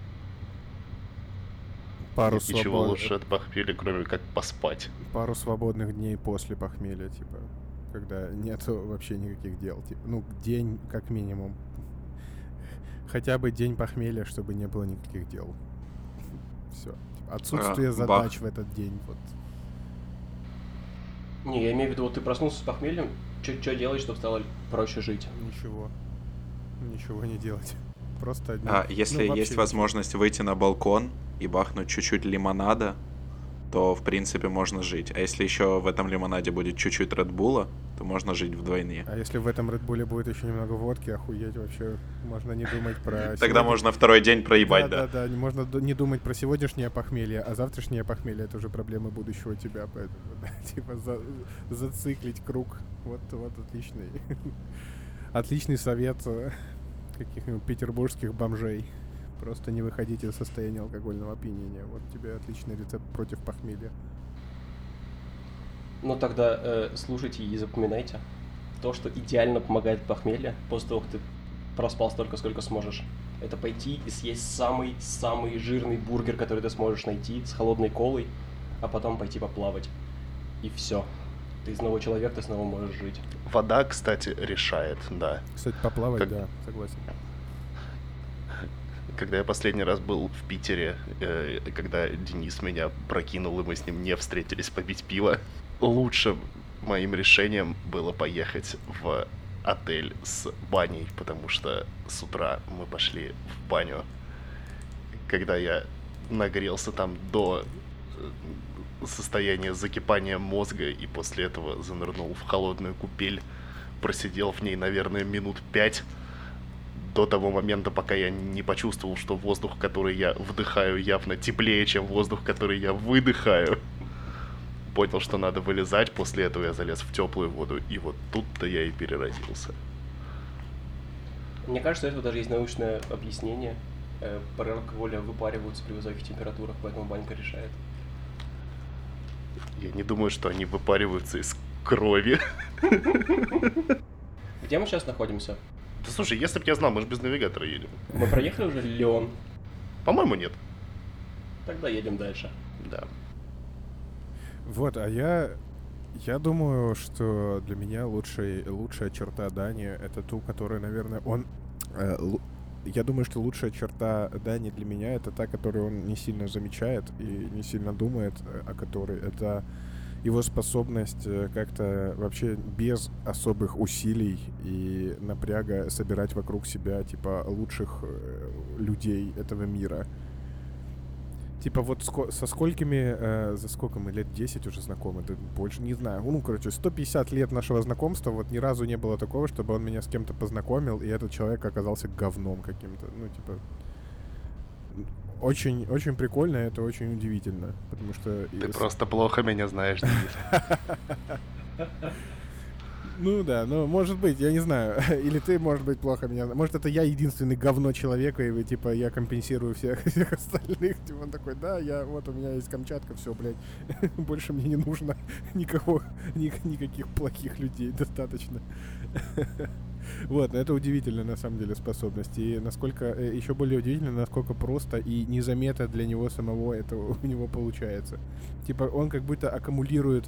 Нет ничего лучше от похмелья, кроме как поспать. Пару свободных дней после похмелья, типа, когда нет вообще никаких дел. Типа, ну, день как минимум. Хотя бы день похмелья, чтобы не было никаких дел. Все. Отсутствие задач в этот день. Вот. Не, я имею в виду, вот ты проснулся с похмельем, что делать, чтобы стало проще жить? Ничего. Ничего не делать. Просто одни... Если есть возможность выйти на балкон и бахнуть чуть-чуть лимонада, то, в принципе, можно жить. А если еще в этом лимонаде будет чуть-чуть Редбула, то можно жить вдвойне. А если в этом Редбуле будет еще немного водки, охуеть вообще. Можно не думать про... Тогда можно второй день проебать, да? Да, можно не думать про сегодняшнее похмелье, а завтрашнее похмелье — это уже проблемы будущего тебя. Поэтому, типа, зациклить круг. Вот отличный. Отличный совет каких-нибудь петербургских бомжей. Просто не выходите из состояния алкогольного опьянения. Вот тебе отличный рецепт против похмелья. Ну тогда слушайте и запоминайте. То, что идеально помогает похмелье, после того, как ты проспал столько, сколько сможешь, это пойти и съесть самый жирный бургер, который ты сможешь найти, с холодной колой, а потом пойти поплавать. И все. Ты снова человек, ты снова можешь жить. Вода, кстати, решает, да. Кстати, поплавать, да, согласен. Когда я последний раз был в Питере, когда Денис меня прокинул, и мы с ним не встретились попить пиво, лучшим моим решением было поехать в отель с баней, потому что с утра мы пошли в баню. Когда я нагрелся там до состояния закипания мозга и после этого занырнул в холодную купель, просидел в ней, наверное, минут 5, до того момента, пока я не почувствовал, что воздух, который я вдыхаю, явно теплее, чем воздух, который я выдыхаю. Понял, что надо вылезать, после этого я залез в теплую воду, и вот тут-то я и переродился. Мне кажется, у этого даже есть научное объяснение. Пары алкоголя выпариваются при высоких температурах, поэтому банька решает. Я не думаю, что они выпариваются из крови. Где мы сейчас находимся? Да слушай, если бы я знал, мы же без навигатора едем. Мы проехали уже Лион? По-моему, нет. Тогда едем дальше. Да. Вот, а я думаю, что для меня лучшая черта Дани — это ту, которую, наверное, он... Я думаю, что лучшая черта Дани для меня — это та, которую он не сильно замечает и не сильно думает о которой. Это его способность как-то вообще без особых усилий и напряга собирать вокруг себя, типа, лучших людей этого мира. Типа вот со сколькими, за сколько мы, лет 10 уже знакомы, да больше, не знаю. Ну, короче, 150 лет нашего знакомства, вот ни разу не было такого, чтобы он меня с кем-то познакомил, и этот человек оказался говном каким-то. Ну, типа, очень, очень прикольно, это очень удивительно, потому что... Ты просто плохо меня знаешь, Денис. Ну да, ну может быть, я не знаю. Или ты, может быть, плохо меня... Может, это я единственный говно человека, и типа я компенсирую всех остальных. Типа он такой, да, вот у меня есть Камчатка, все, блядь. Больше мне не нужно никаких плохих людей, достаточно. Вот, но это удивительная на самом деле способность. И насколько еще более удивительно, насколько просто и незаметно для него самого это у него получается. Типа он как будто аккумулирует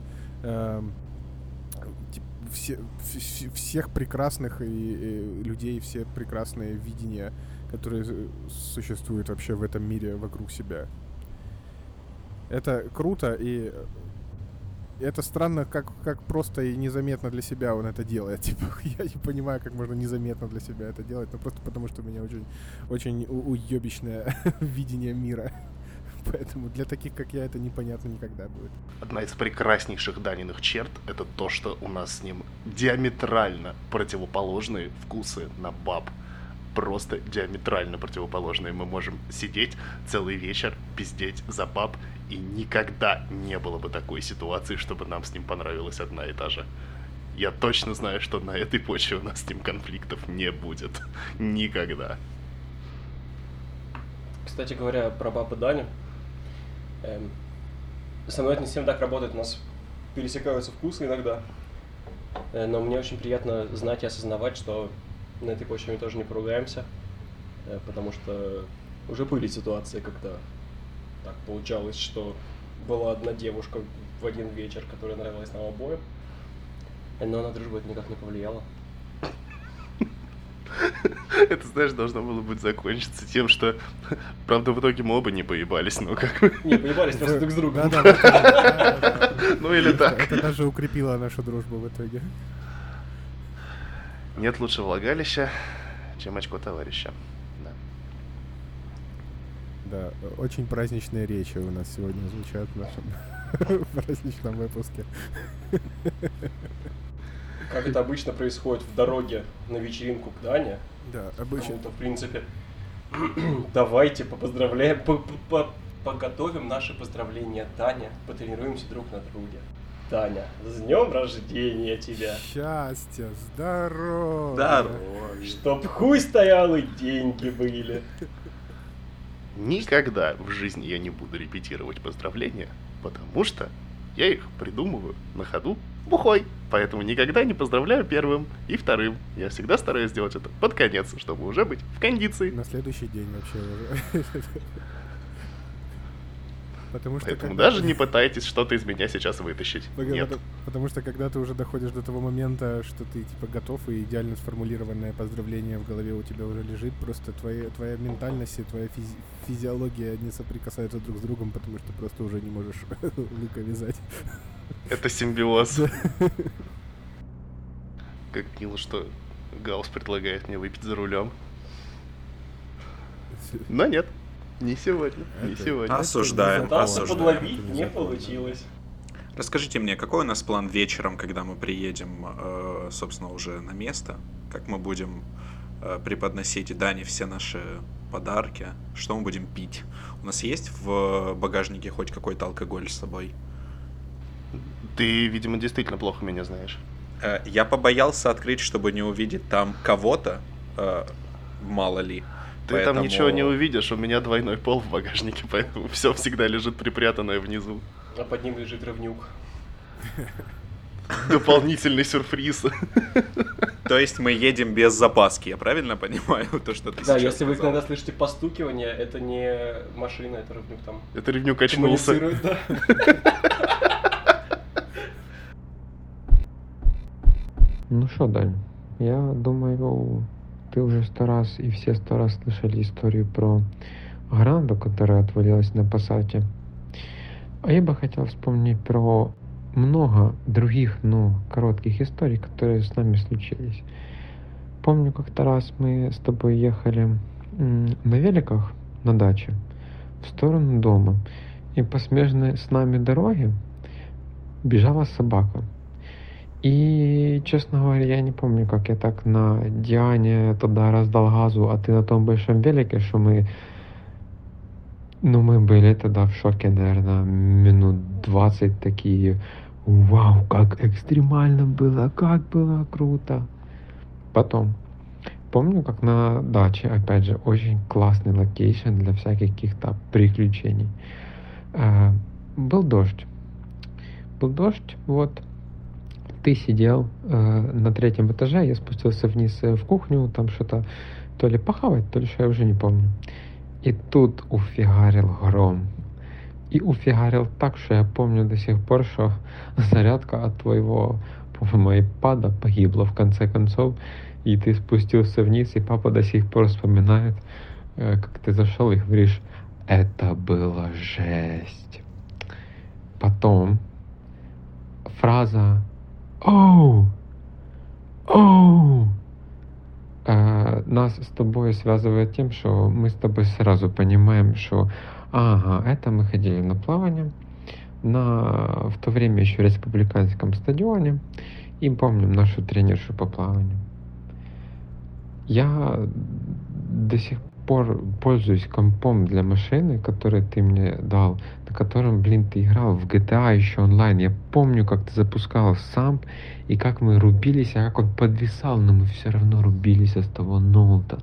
всех прекрасных людей, все прекрасные видения, которые существуют вообще в этом мире вокруг себя. Это круто, и это странно, как просто и незаметно для себя он это делает. Типа, я не понимаю, как можно незаметно для себя это делать, но просто потому, что у меня очень, очень уебищное видение мира. Поэтому для таких, как я, это непонятно никогда будет. Одна из прекраснейших Даниных черт — это то, что у нас с ним диаметрально противоположные вкусы на баб. Просто диаметрально противоположные. Мы можем сидеть целый вечер, пиздеть за баб, и никогда не было бы такой ситуации, чтобы нам с ним понравилась одна и та же. Я точно знаю, что на этой почве у нас с ним конфликтов не будет. Никогда. Кстати говоря, про баб и Даню. Со мной это не совсем так работает, у нас пересекаются вкусы иногда. Но мне очень приятно знать и осознавать, что на этой почве мы тоже не поругаемся, потому что уже были ситуации, когда так получалось, что была одна девушка в один вечер, которая нравилась нам обоим, но на дружбу это никак не повлияло. Это, знаешь, должно было быть закончиться тем, что, правда, в итоге мы оба не поебались, но как бы... Не, поебались просто друг с другом. Да. Ну или так. Это даже укрепило нашу дружбу в итоге. Нет лучше влагалища, чем очко товарища. Да, очень праздничные речи у нас сегодня звучат в нашем праздничном выпуске. Как это обычно происходит в дороге на вечеринку к Дане. Да, обычно. В принципе, давайте попоздравляем, подготовим наши поздравления Дане, потренируемся друг на друге. Таня, с днем рождения тебя! Счастья, здоровья! Здоровья! Чтоб хуй стоял и деньги были! Никогда в жизни я не буду репетировать поздравления, потому что я их придумываю на ходу бухой. Поэтому никогда не поздравляю первым и вторым. Я всегда стараюсь сделать это под конец, чтобы уже быть в кондиции. На следующий день вообще уже. Поэтому даже не пытайтесь что-то из меня сейчас вытащить. Нет. Потому что когда ты уже доходишь до того момента, что ты типа готов, и идеально сформулированное поздравление в голове у тебя уже лежит, просто твоя ментальность и твоя физиология не соприкасаются друг с другом, потому что просто уже не можешь лука вязать. Это симбиоз. Как мило, что Гаусс предлагает мне выпить за рулем. Но нет. Не сегодня, не сегодня. Осуждаем, осуждаем. Подловить не получилось. Расскажите мне, какой у нас план вечером, когда мы приедем, собственно, уже на место? Как мы будем преподносить Дане все наши подарки? Что мы будем пить? У нас есть в багажнике хоть какой-то алкоголь с собой? Ты, видимо, действительно плохо меня знаешь. Я побоялся открыть, чтобы не увидеть там кого-то, мало ли. Ты там ничего не увидишь, у меня двойной пол в багажнике, поэтому все всегда лежит припрятанное внизу. А под ним лежит ровнюк. Дополнительный сюрприз. То есть мы едем без запаски, я правильно понимаю то, что ты сейчас Да, если вы сказал? иногда слышите постукивание, это не машина, это ровнюк там. Это ровнюк очнулся. Да. Ну что, Дань, я думаю, ты уже 100 раз и все 100 раз слышали историю про Гранду, которая отвалилась на Пассате. А я бы хотел вспомнить про много других, коротких историй, которые с нами случились. Помню, как-то раз мы с тобой ехали на великах на даче в сторону дома, и по смежной с нами дороге бежала собака. И, честно говоря, я не помню, как я так на Диане туда раздал газу, а ты на том большом велике, что мы были тогда в шоке, наверное, минут 20 такие. Вау, как экстремально было, как было круто. Потом, помню, как на даче, опять же, очень классный локейшн для всяких каких-то приключений. Был дождь, вот. Ты сидел на 3-м этаже, я спустился вниз в кухню, там что-то то ли похавать, то ли что, я уже не помню. И тут уфигарил гром. И уфигарил так, что я помню до сих пор, что зарядка от твоего, по-моему, айпада погибла в конце концов. И ты спустился вниз, и папа до сих пор вспоминает, как ты зашел и говоришь, это было жесть. Потом фраза «Оу! Оу!» нас с тобой связывает тем, что мы с тобой сразу понимаем, что это мы ходили на плавание в то время еще в республиканском стадионе и помним нашу тренершу по плаванию. Я до сих пор пользуюсь компом для машины, который ты мне дал, на котором, ты играл в GTA еще онлайн. Я помню, как ты запускал сам, и как мы рубились, а как он подвисал, но мы все равно рубились с того ноута.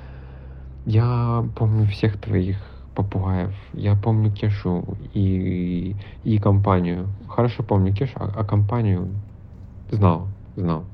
Я помню всех твоих попугаев. Я помню Кешу и компанию. Хорошо помню Кешу, а компанию знал. знал.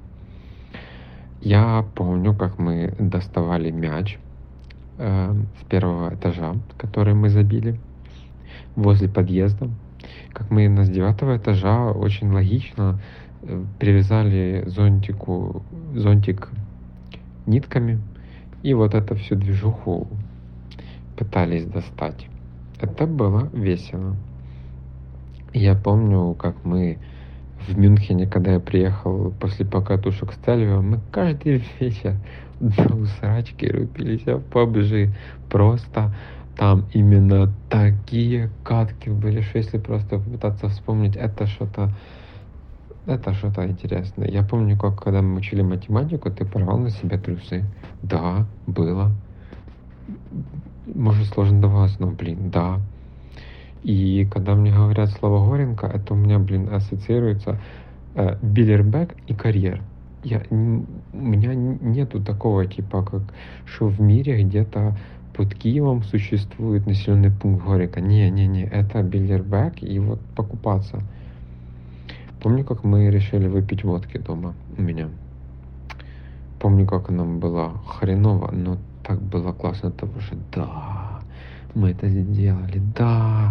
Я помню, как мы доставали мяч с первого этажа, который мы забили возле подъезда. Как мы с 9 этажа очень логично привязали зонтик нитками и вот эту всю движуху пытались достать. Это было весело. Я помню, как мы в Мюнхене, когда я приехал после покатушек с Тельвио, мы каждый вечер до усрачки рубились в PUBG. Просто там именно такие катки были, что если просто попытаться вспомнить, это что-то интересное. Я помню, как когда мы учили математику, ты порвал на себе трусы. Да, было. Может, сложно давалось, но, да. И когда мне говорят слово Горенко, это у меня, ассоциируется Биллербек и карьер. У меня нету такого типа, как что в мире где-то под Киевом существует населенный пункт Горенко. Не, это Биллербек и вот покупаться. Помню, как мы решили выпить водки дома у меня. Помню, как нам было хреново, но так было классно, потому что да, мы это сделали, да.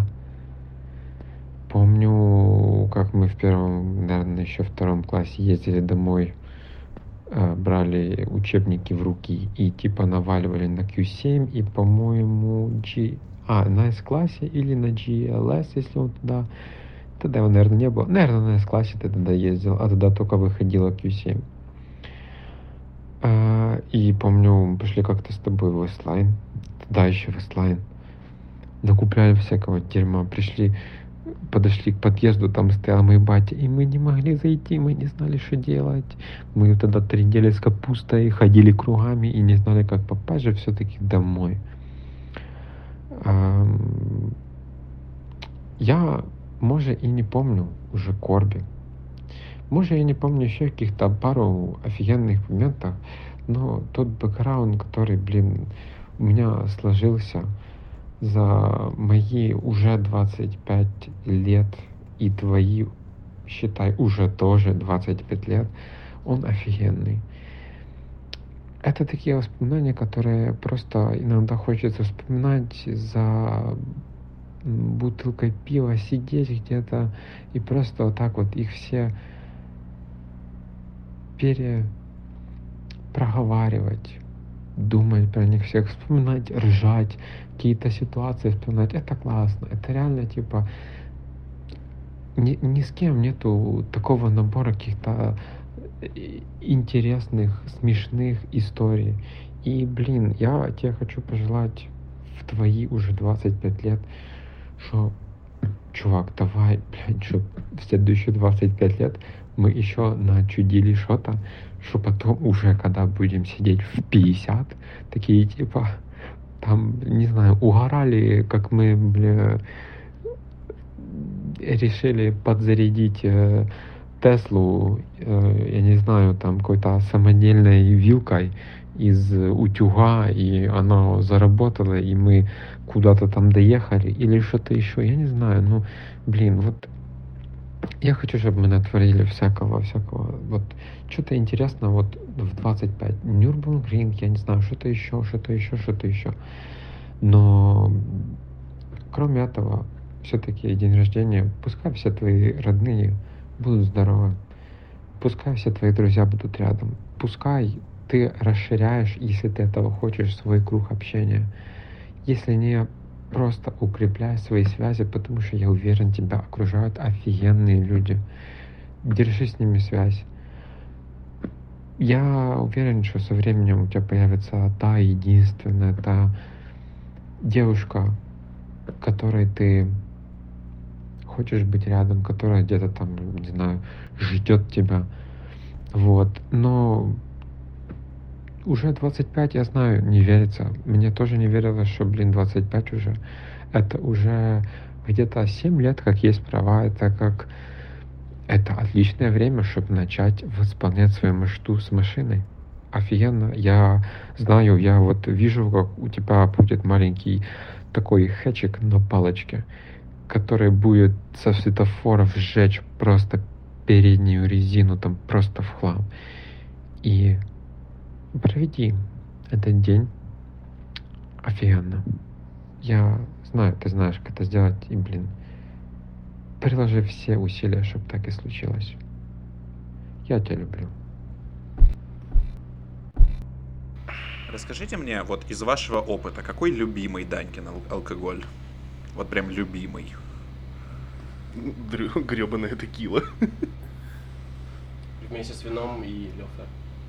Помню, как мы в первом, наверное, еще втором классе ездили домой, брали учебники в руки и типа наваливали на Q7 и, по-моему, на S-классе или на GLS, если он тогда его, наверное, не было. Наверное, на S-классе ты тогда ездил, а тогда только выходила Q7. И помню, мы пошли как-то с тобой в Westline, тогда еще Westline, накупляли всякого дерьма, подошли к подъезду, там стоял мой батя, и мы не могли зайти, мы не знали, что делать. Мы тогда трындели с капустой, ходили кругами и не знали, как попасть же все-таки домой. Я, может, и не помню уже Корби. Может, я не помню еще каких-то пару офигенных моментов, но тот бэкграунд, который, у меня сложился за мои уже 25 лет и твои, считай, уже тоже 25 лет, он офигенный. Это такие воспоминания, которые просто иногда хочется вспоминать за бутылкой пива, сидеть где-то и просто вот так вот их все проговаривать, думать про них всех, вспоминать, ржать, какие-то ситуации вспоминать. Это классно. Это реально типа ни с кем нету такого набора каких-то интересных, смешных историй. И, я тебе хочу пожелать в твои уже 25 лет, что, чувак, давай, чтобы в следующие 25 лет мы еще начудили что-то, что потом уже, когда будем сидеть в 50, такие типа, там, не знаю, угорали, как мы, решили подзарядить Теслу, я не знаю, там, какой-то самодельной вилкой из утюга, и она заработала, и мы куда-то там доехали, или что-то еще, я не знаю, вот я хочу, чтобы мы натворили всякого, вот, что-то интересное, вот, в 25, Нюрбургринг, я не знаю, что-то еще, но, кроме этого, все-таки день рождения, пускай все твои родные будут здоровы, пускай все твои друзья будут рядом, пускай ты расширяешь, если ты этого хочешь, свой круг общения. Если не, просто укрепляй свои связи, потому что я уверен, тебя окружают офигенные люди. Держи с ними связь. Я уверен, что со временем у тебя появится та единственная, та девушка, которой ты хочешь быть рядом, которая где-то там, не знаю, ждет тебя. Вот. Но уже 25, я знаю, не верится. Мне тоже не верилось, что, 25 уже. Это уже где-то 7 лет, как есть права. Это отличное время, чтобы начать восполнять свою мечту с машиной. Офигенно. Я знаю, я вот вижу, как у тебя будет маленький такой хэтчик на палочке, который будет со светофоров сжечь просто переднюю резину там просто в хлам. И проведи этот день офигенно. Я знаю, ты знаешь, как это сделать, и, блин, приложи все усилия, чтобы так и случилось. Я тебя люблю. Расскажите мне, вот из вашего опыта, какой любимый Данькин алкоголь? Вот прям любимый. Грёбаная текила. Вместе с вином и Лёфе.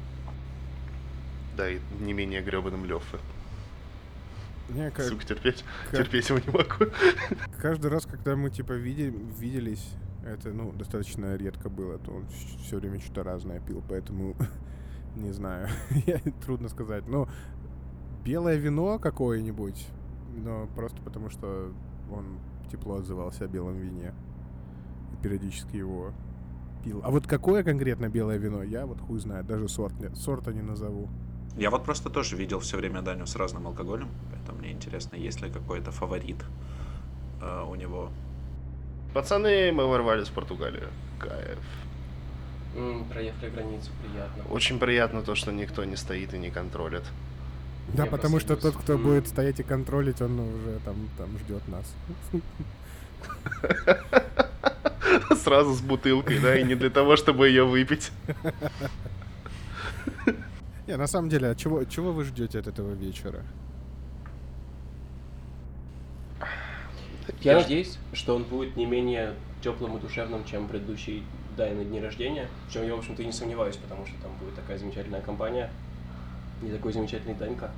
Да, и не менее грёбаным Лёфе. Не, Сука, терпеть его не могу. Каждый раз, когда мы, типа, виделись, это, ну, достаточно редко было, то он все время что-то разное пил, поэтому, не знаю, трудно сказать. Но белое вино какое-нибудь, но просто потому, что он тепло отзывался о белом вине. И периодически его пил. А вот какое конкретно белое вино, я вот хуй знаю, даже сорта не назову. Я вот просто тоже видел все время Даню с разным алкоголем, поэтому мне интересно, есть ли какой-то фаворит у него. Пацаны, мы ворвались в Португалию. Кайф. Проехали границу, приятно. Очень приятно то, что никто не стоит и не контролит. Да, потому что тот, кто будет стоять и контролить, он уже там ждет нас. Сразу с бутылкой, да, и не для того, чтобы ее выпить. Не, на самом деле, а чего вы ждете от этого вечера? Я надеюсь, что он будет не менее теплым и душевным, чем предыдущий Дайны дни рождения, в чем я, в общем-то, и не сомневаюсь, потому что там будет такая замечательная компания, не такой замечательный Данька.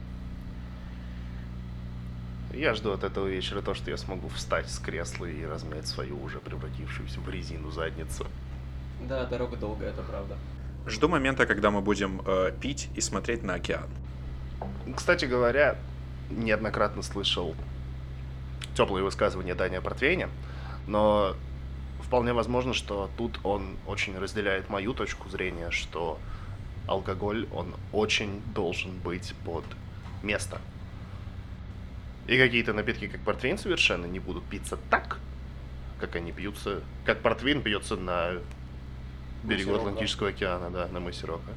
Я жду от этого вечера то, что я смогу встать с кресла и размять свою уже превратившуюся в резину задницу. Да, дорога долгая, это правда. Жду момента, когда мы будем пить и смотреть на океан. Кстати говоря, неоднократно слышал теплые высказывания Дани о портвейне, но вполне возможно, что тут он очень разделяет мою точку зрения, что алкоголь, он очень должен быть под место. И какие-то напитки, как портвейн, совершенно не будут питься так, как они пьются, как портвейн пьется на берегу Атлантического океана, да, на мысе Рока.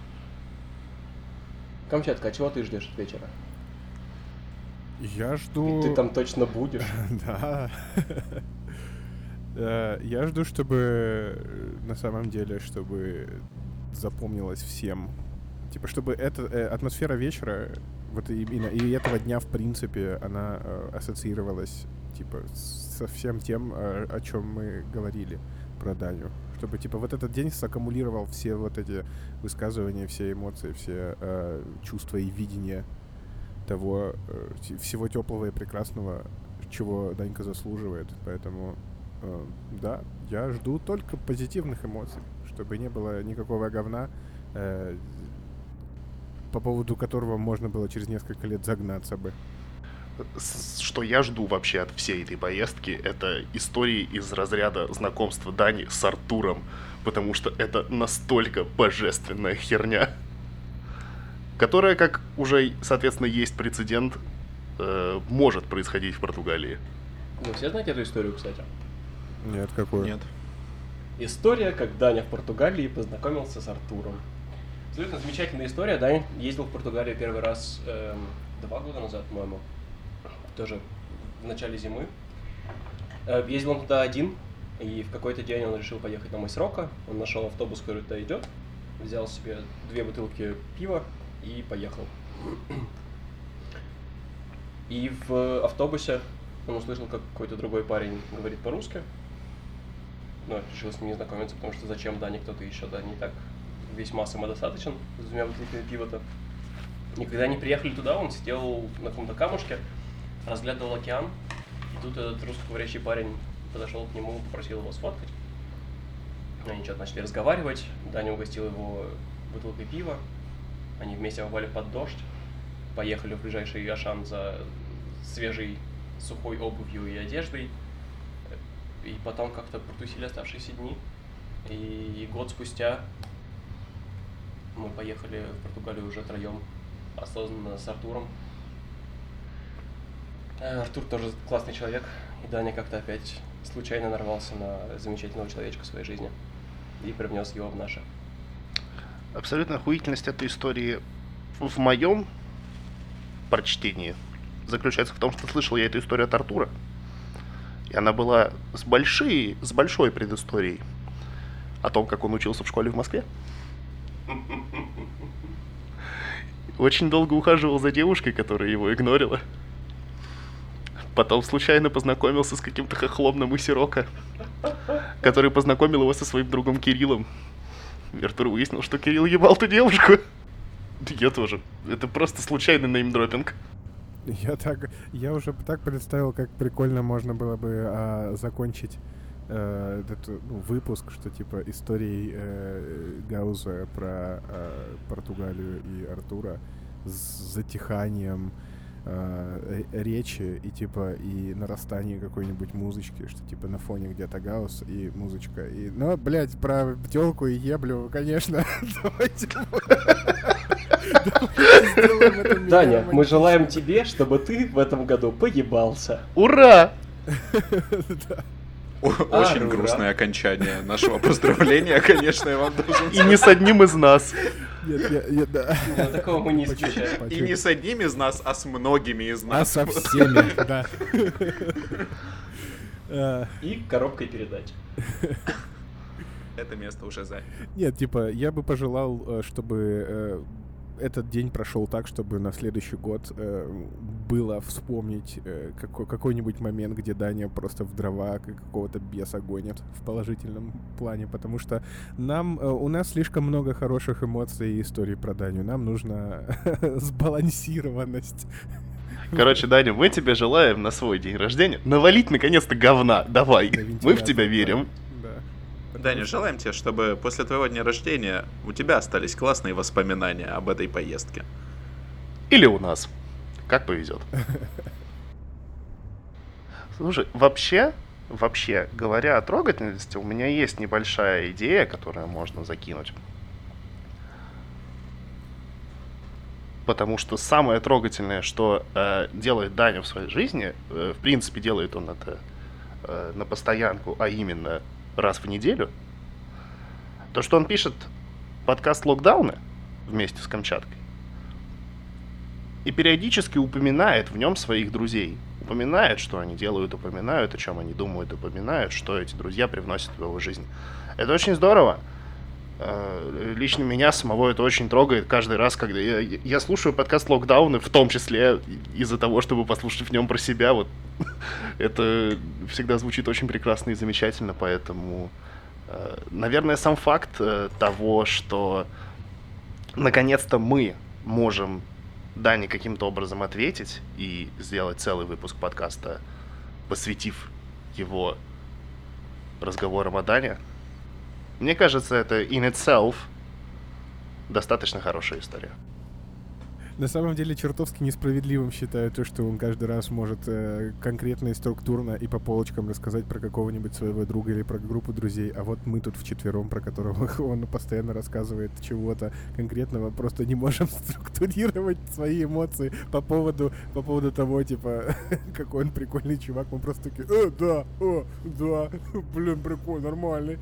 Камчатка, а чего ты ждешь от вечера? Я жду... Ты там точно будешь? Да. Я жду, чтобы на самом деле, чтобы запомнилось всем. Типа, чтобы эта атмосфера вечера, вот именно, и этого дня, в принципе, она ассоциировалась, типа, со всем тем, о чем мы говорили про Даню. Чтобы, типа, вот этот день саккумулировал все вот эти высказывания, все эмоции, все чувства и видения того, всего теплого и прекрасного, чего Данька заслуживает. Поэтому, да, я жду только позитивных эмоций, чтобы не было никакого говна, по поводу которого можно было через несколько лет загнаться бы. Что я жду вообще от всей этой поездки, это истории из разряда знакомства Дани с Артуром, потому что это настолько божественная херня, которая, как уже, соответственно, есть прецедент, может происходить в Португалии. Вы все знаете эту историю, кстати? Нет, какую? Нет. История, как Даня в Португалии познакомился с Артуром. Абсолютно замечательная история. Даня ездил в Португалию первый раз 2 года назад, по-моему. Тоже в начале зимы. Ездил он туда один, и в какой-то день он решил поехать на мыс Рока. Он нашел автобус, который туда идет, взял себе 2 бутылки пива и поехал. И в автобусе он услышал, как какой-то другой парень говорит по-русски. Но решил с ним не знакомиться, потому что зачем Дане кто-то еще, да, не так весьма самодостаточен с 2 бутылками пива-то. И когда они приехали туда, он сидел на каком-то камушке, разглядывал океан, и тут этот русскоговорящий парень подошел к нему, попросил его сфоткать. Они что-то начали разговаривать, Даня угостил его бутылкой пива, они вместе попали под дождь, поехали в ближайший Ашан за свежей сухой обувью и одеждой, и потом как-то протусили оставшиеся дни, и год спустя мы поехали в Португалию уже втроем, осознанно с Артуром. Артур тоже классный человек, и Даня как-то опять случайно нарвался на замечательного человечка в своей жизни. и привнес его в наше. Абсолютная охуительность этой истории в моем прочтении заключается в том, что слышал я эту историю от Артура. И она была с большой предысторией о том, как он учился в школе в Москве. Очень долго ухаживал за девушкой, которая его игнорила. Потом случайно познакомился с каким-то хохлом на мысе Рока, который познакомил его со своим другом Кириллом. И Артур выяснил, что Кирилл ебал ту девушку. Я тоже. Это просто случайный неймдропинг. Я уже так представил, как прикольно можно было бы закончить этот выпуск, что типа историей Гауза про Португалию и Артура с затиханием речи и типа и нарастание какой-нибудь музычки, что типа на фоне где-то Гаус и музычка. И, ну, блядь, про тёлку и еблю, конечно. Давайте Даня, мы желаем тебе, чтобы ты в этом году поебался. Ура! Очень грустное окончание нашего поздравления, конечно, я вам должен сказать. И не с одним из нас. Нет, да. Такого мы не исключаем. И не с одним из нас, а с многими из нас. А со всеми, да. И коробкой передач. Это место уже занято. Нет, типа, я бы пожелал, чтобы этот день прошел так, чтобы на следующий год было вспомнить какой-нибудь момент, где Даня просто в дрова какого-то беса гонит в положительном плане, потому что у нас слишком много хороших эмоций и историй про Даню. Нам нужна сбалансированность. Короче, Даня, мы тебе желаем на свой день рождения навалить наконец-то говна. Давай, мы в тебя верим. Даня, желаем тебе, чтобы после твоего дня рождения у тебя остались классные воспоминания об этой поездке. Или у нас. Как повезет. Слушай, вообще, говоря о трогательности, у меня есть небольшая идея, которую можно закинуть. Потому что самое трогательное, что делает Даня в своей жизни, в принципе, делает он это на постоянку, а именно раз в неделю, то, что он пишет подкаст «Локдауны» вместе с Камчаткой и периодически упоминает в нем своих друзей. Упоминает, что они делают, упоминают, о чем они думают, упоминают, что эти друзья привносят в его жизнь. Это очень здорово. Лично меня самого это очень трогает каждый раз, когда я слушаю подкаст «Локдауны», в том числе из-за того, чтобы послушать в нем про себя. Вот это всегда звучит очень прекрасно и замечательно, поэтому, наверное, сам факт того, что наконец-то мы можем Дане каким-то образом ответить и сделать целый выпуск подкаста, посвятив его разговорам о Дане, мне кажется, это in itself достаточно хорошая история. На самом деле чертовски несправедливым считаю то, что он каждый раз может конкретно и структурно и по полочкам рассказать про какого-нибудь своего друга или про группу друзей, а вот мы тут вчетвером, про которого он постоянно рассказывает чего-то конкретного, просто не можем структурировать свои эмоции по поводу того, типа, какой он прикольный чувак. Мы просто такие, да, блин, прикольно, нормальный.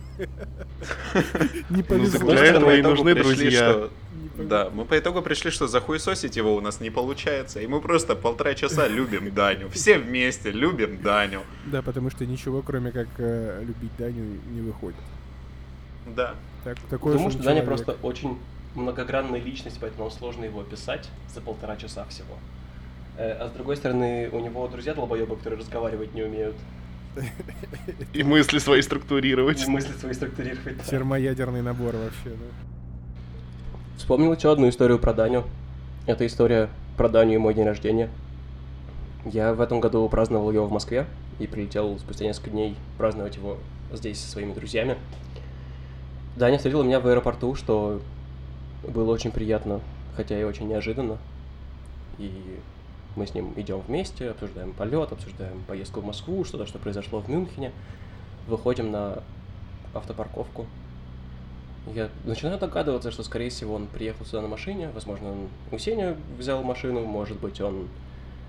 Не повезло. Для этого и нужны друзья. Да, мы по итогу пришли, что захуесосить его у нас не получается, и мы просто 1,5 часа любим Даню. Все вместе любим Даню. Да, потому что ничего, кроме как любить Даню, не выходит. Да. Думаю, что Даня просто очень многогранная личность, поэтому сложно его описать за 1,5 часа всего. А с другой стороны, у него друзья долбоебы, которые разговаривать не умеют. И мысли свои структурировать. Термоядерный набор вообще, да. Вспомнил еще одну историю про Даню. Это история про Даню и мой день рождения. Я в этом году праздновал его в Москве и прилетел спустя несколько дней праздновать его здесь со своими друзьями. Даня встретил меня в аэропорту, что было очень приятно, хотя и очень неожиданно. И мы с ним идем вместе, обсуждаем полет, обсуждаем поездку в Москву, что-то, что произошло в Мюнхене. Выходим на автопарковку. Я начинаю догадываться, что, скорее всего, он приехал сюда на машине. Возможно, он у Сени взял машину, может быть, он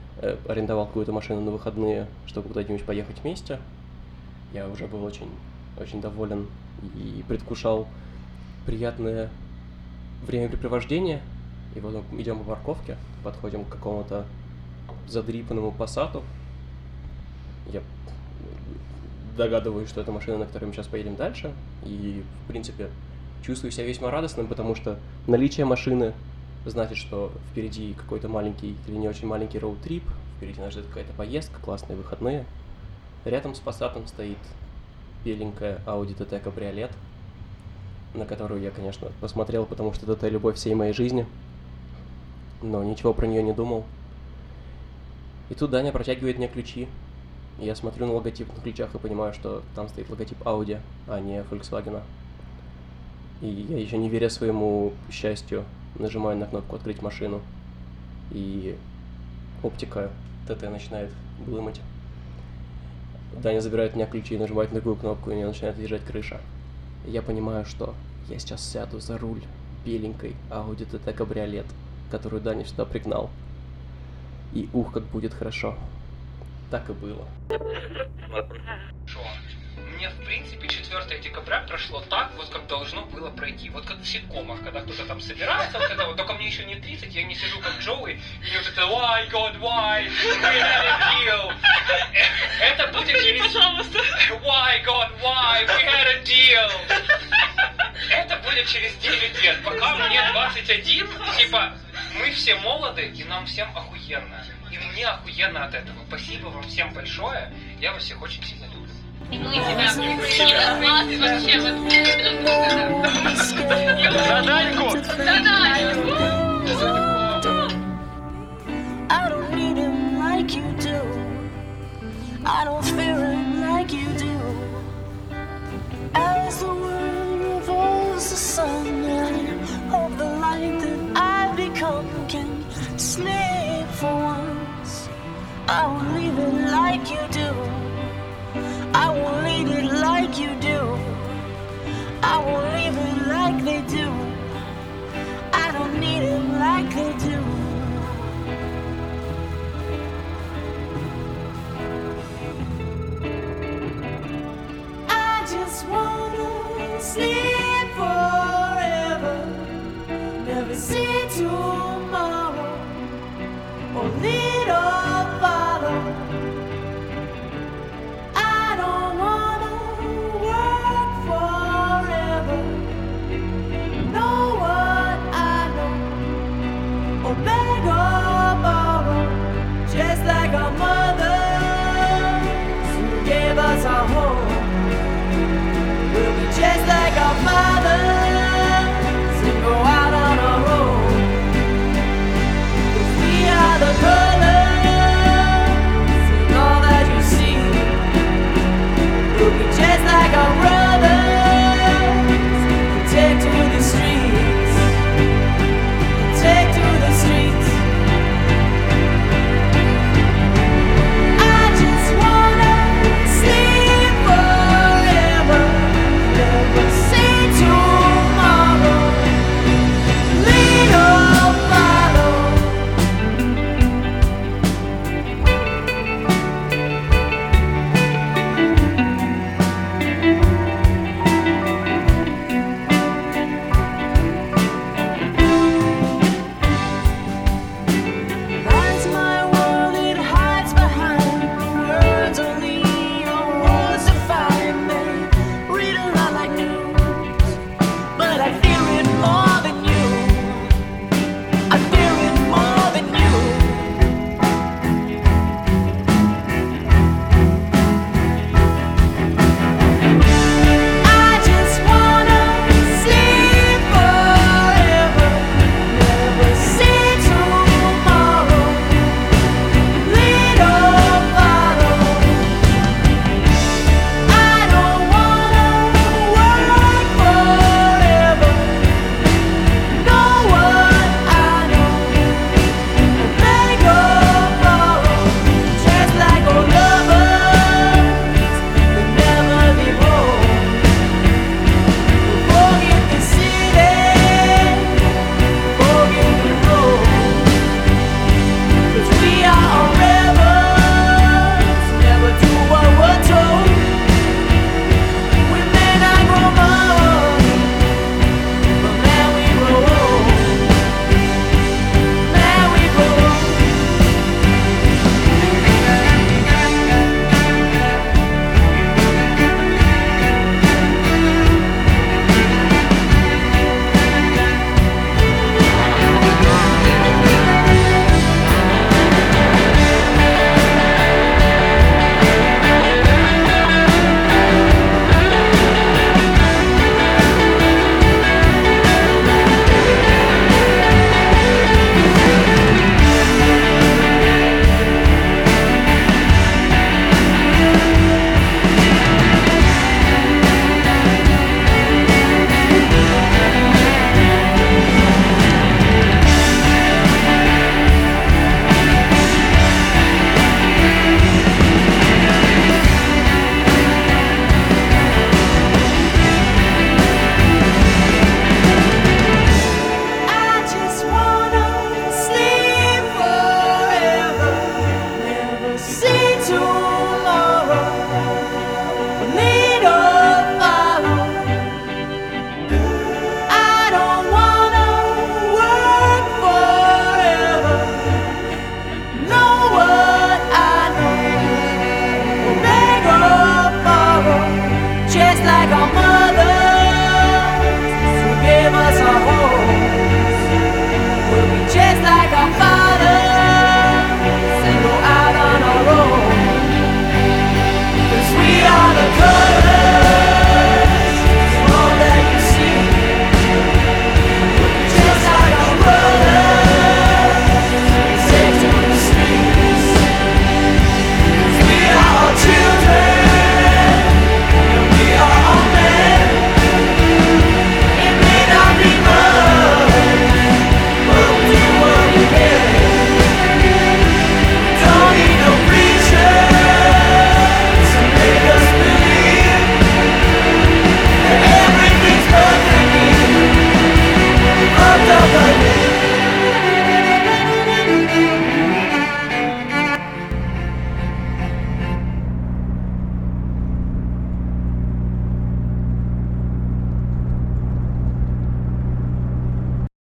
арендовал какую-то машину на выходные, чтобы куда-нибудь поехать вместе. Я уже был очень очень доволен и предвкушал приятное времяпрепровождение. И вот мы идем по парковке, подходим к какому-то задрипанному Пассату. Я догадываюсь, что это машина, на которой мы сейчас поедем дальше. И, в принципе, чувствую себя весьма радостным, потому что наличие машины значит, что впереди какой-то маленький или не очень маленький роуд-трип, впереди нас ждет какая-то поездка, классные выходные. Рядом с Пассатом стоит беленькая Audi TT кабриолет, на которую я, конечно, посмотрел, потому что это любовь всей моей жизни, но ничего про нее не думал. И тут Даня протягивает мне ключи. Я смотрю на логотип на ключах и понимаю, что там стоит логотип Audi, а не Volkswagen. И я еще не веря своему счастью, нажимаю на кнопку «Открыть машину», и оптика ТТ начинает блымать. Даня забирает у меня ключи, нажимает на другую кнопку, и у меня начинает въезжать крыша. И я понимаю, что я сейчас сяду за руль беленькой Audi TT кабриолет, которую Даня сюда пригнал. И ух, как будет хорошо. Так и было. Мне, в принципе, 4 декабря прошло так, вот как должно было пройти. Вот как в ситкомах, когда кто-то там собирается, вот это вот, только мне еще не 30, я не сижу как Джоуи, и вот это why, God, why, we had a deal. Это будет через... Why, God, why, we had a deal. Это будет через 9 лет. Пока мне 21, типа, мы все молоды, и нам всем охуенно. И мне охуенно от этого. Спасибо вам всем большое. Я вас всех очень сильно люблю. И мы тебя вообще За Даньку! За Даньку! I don't need him like you do. I don't fear him like you do. As the world revolves, the sunlight of the light that I've become can sleep for once. I won't leave it like you do.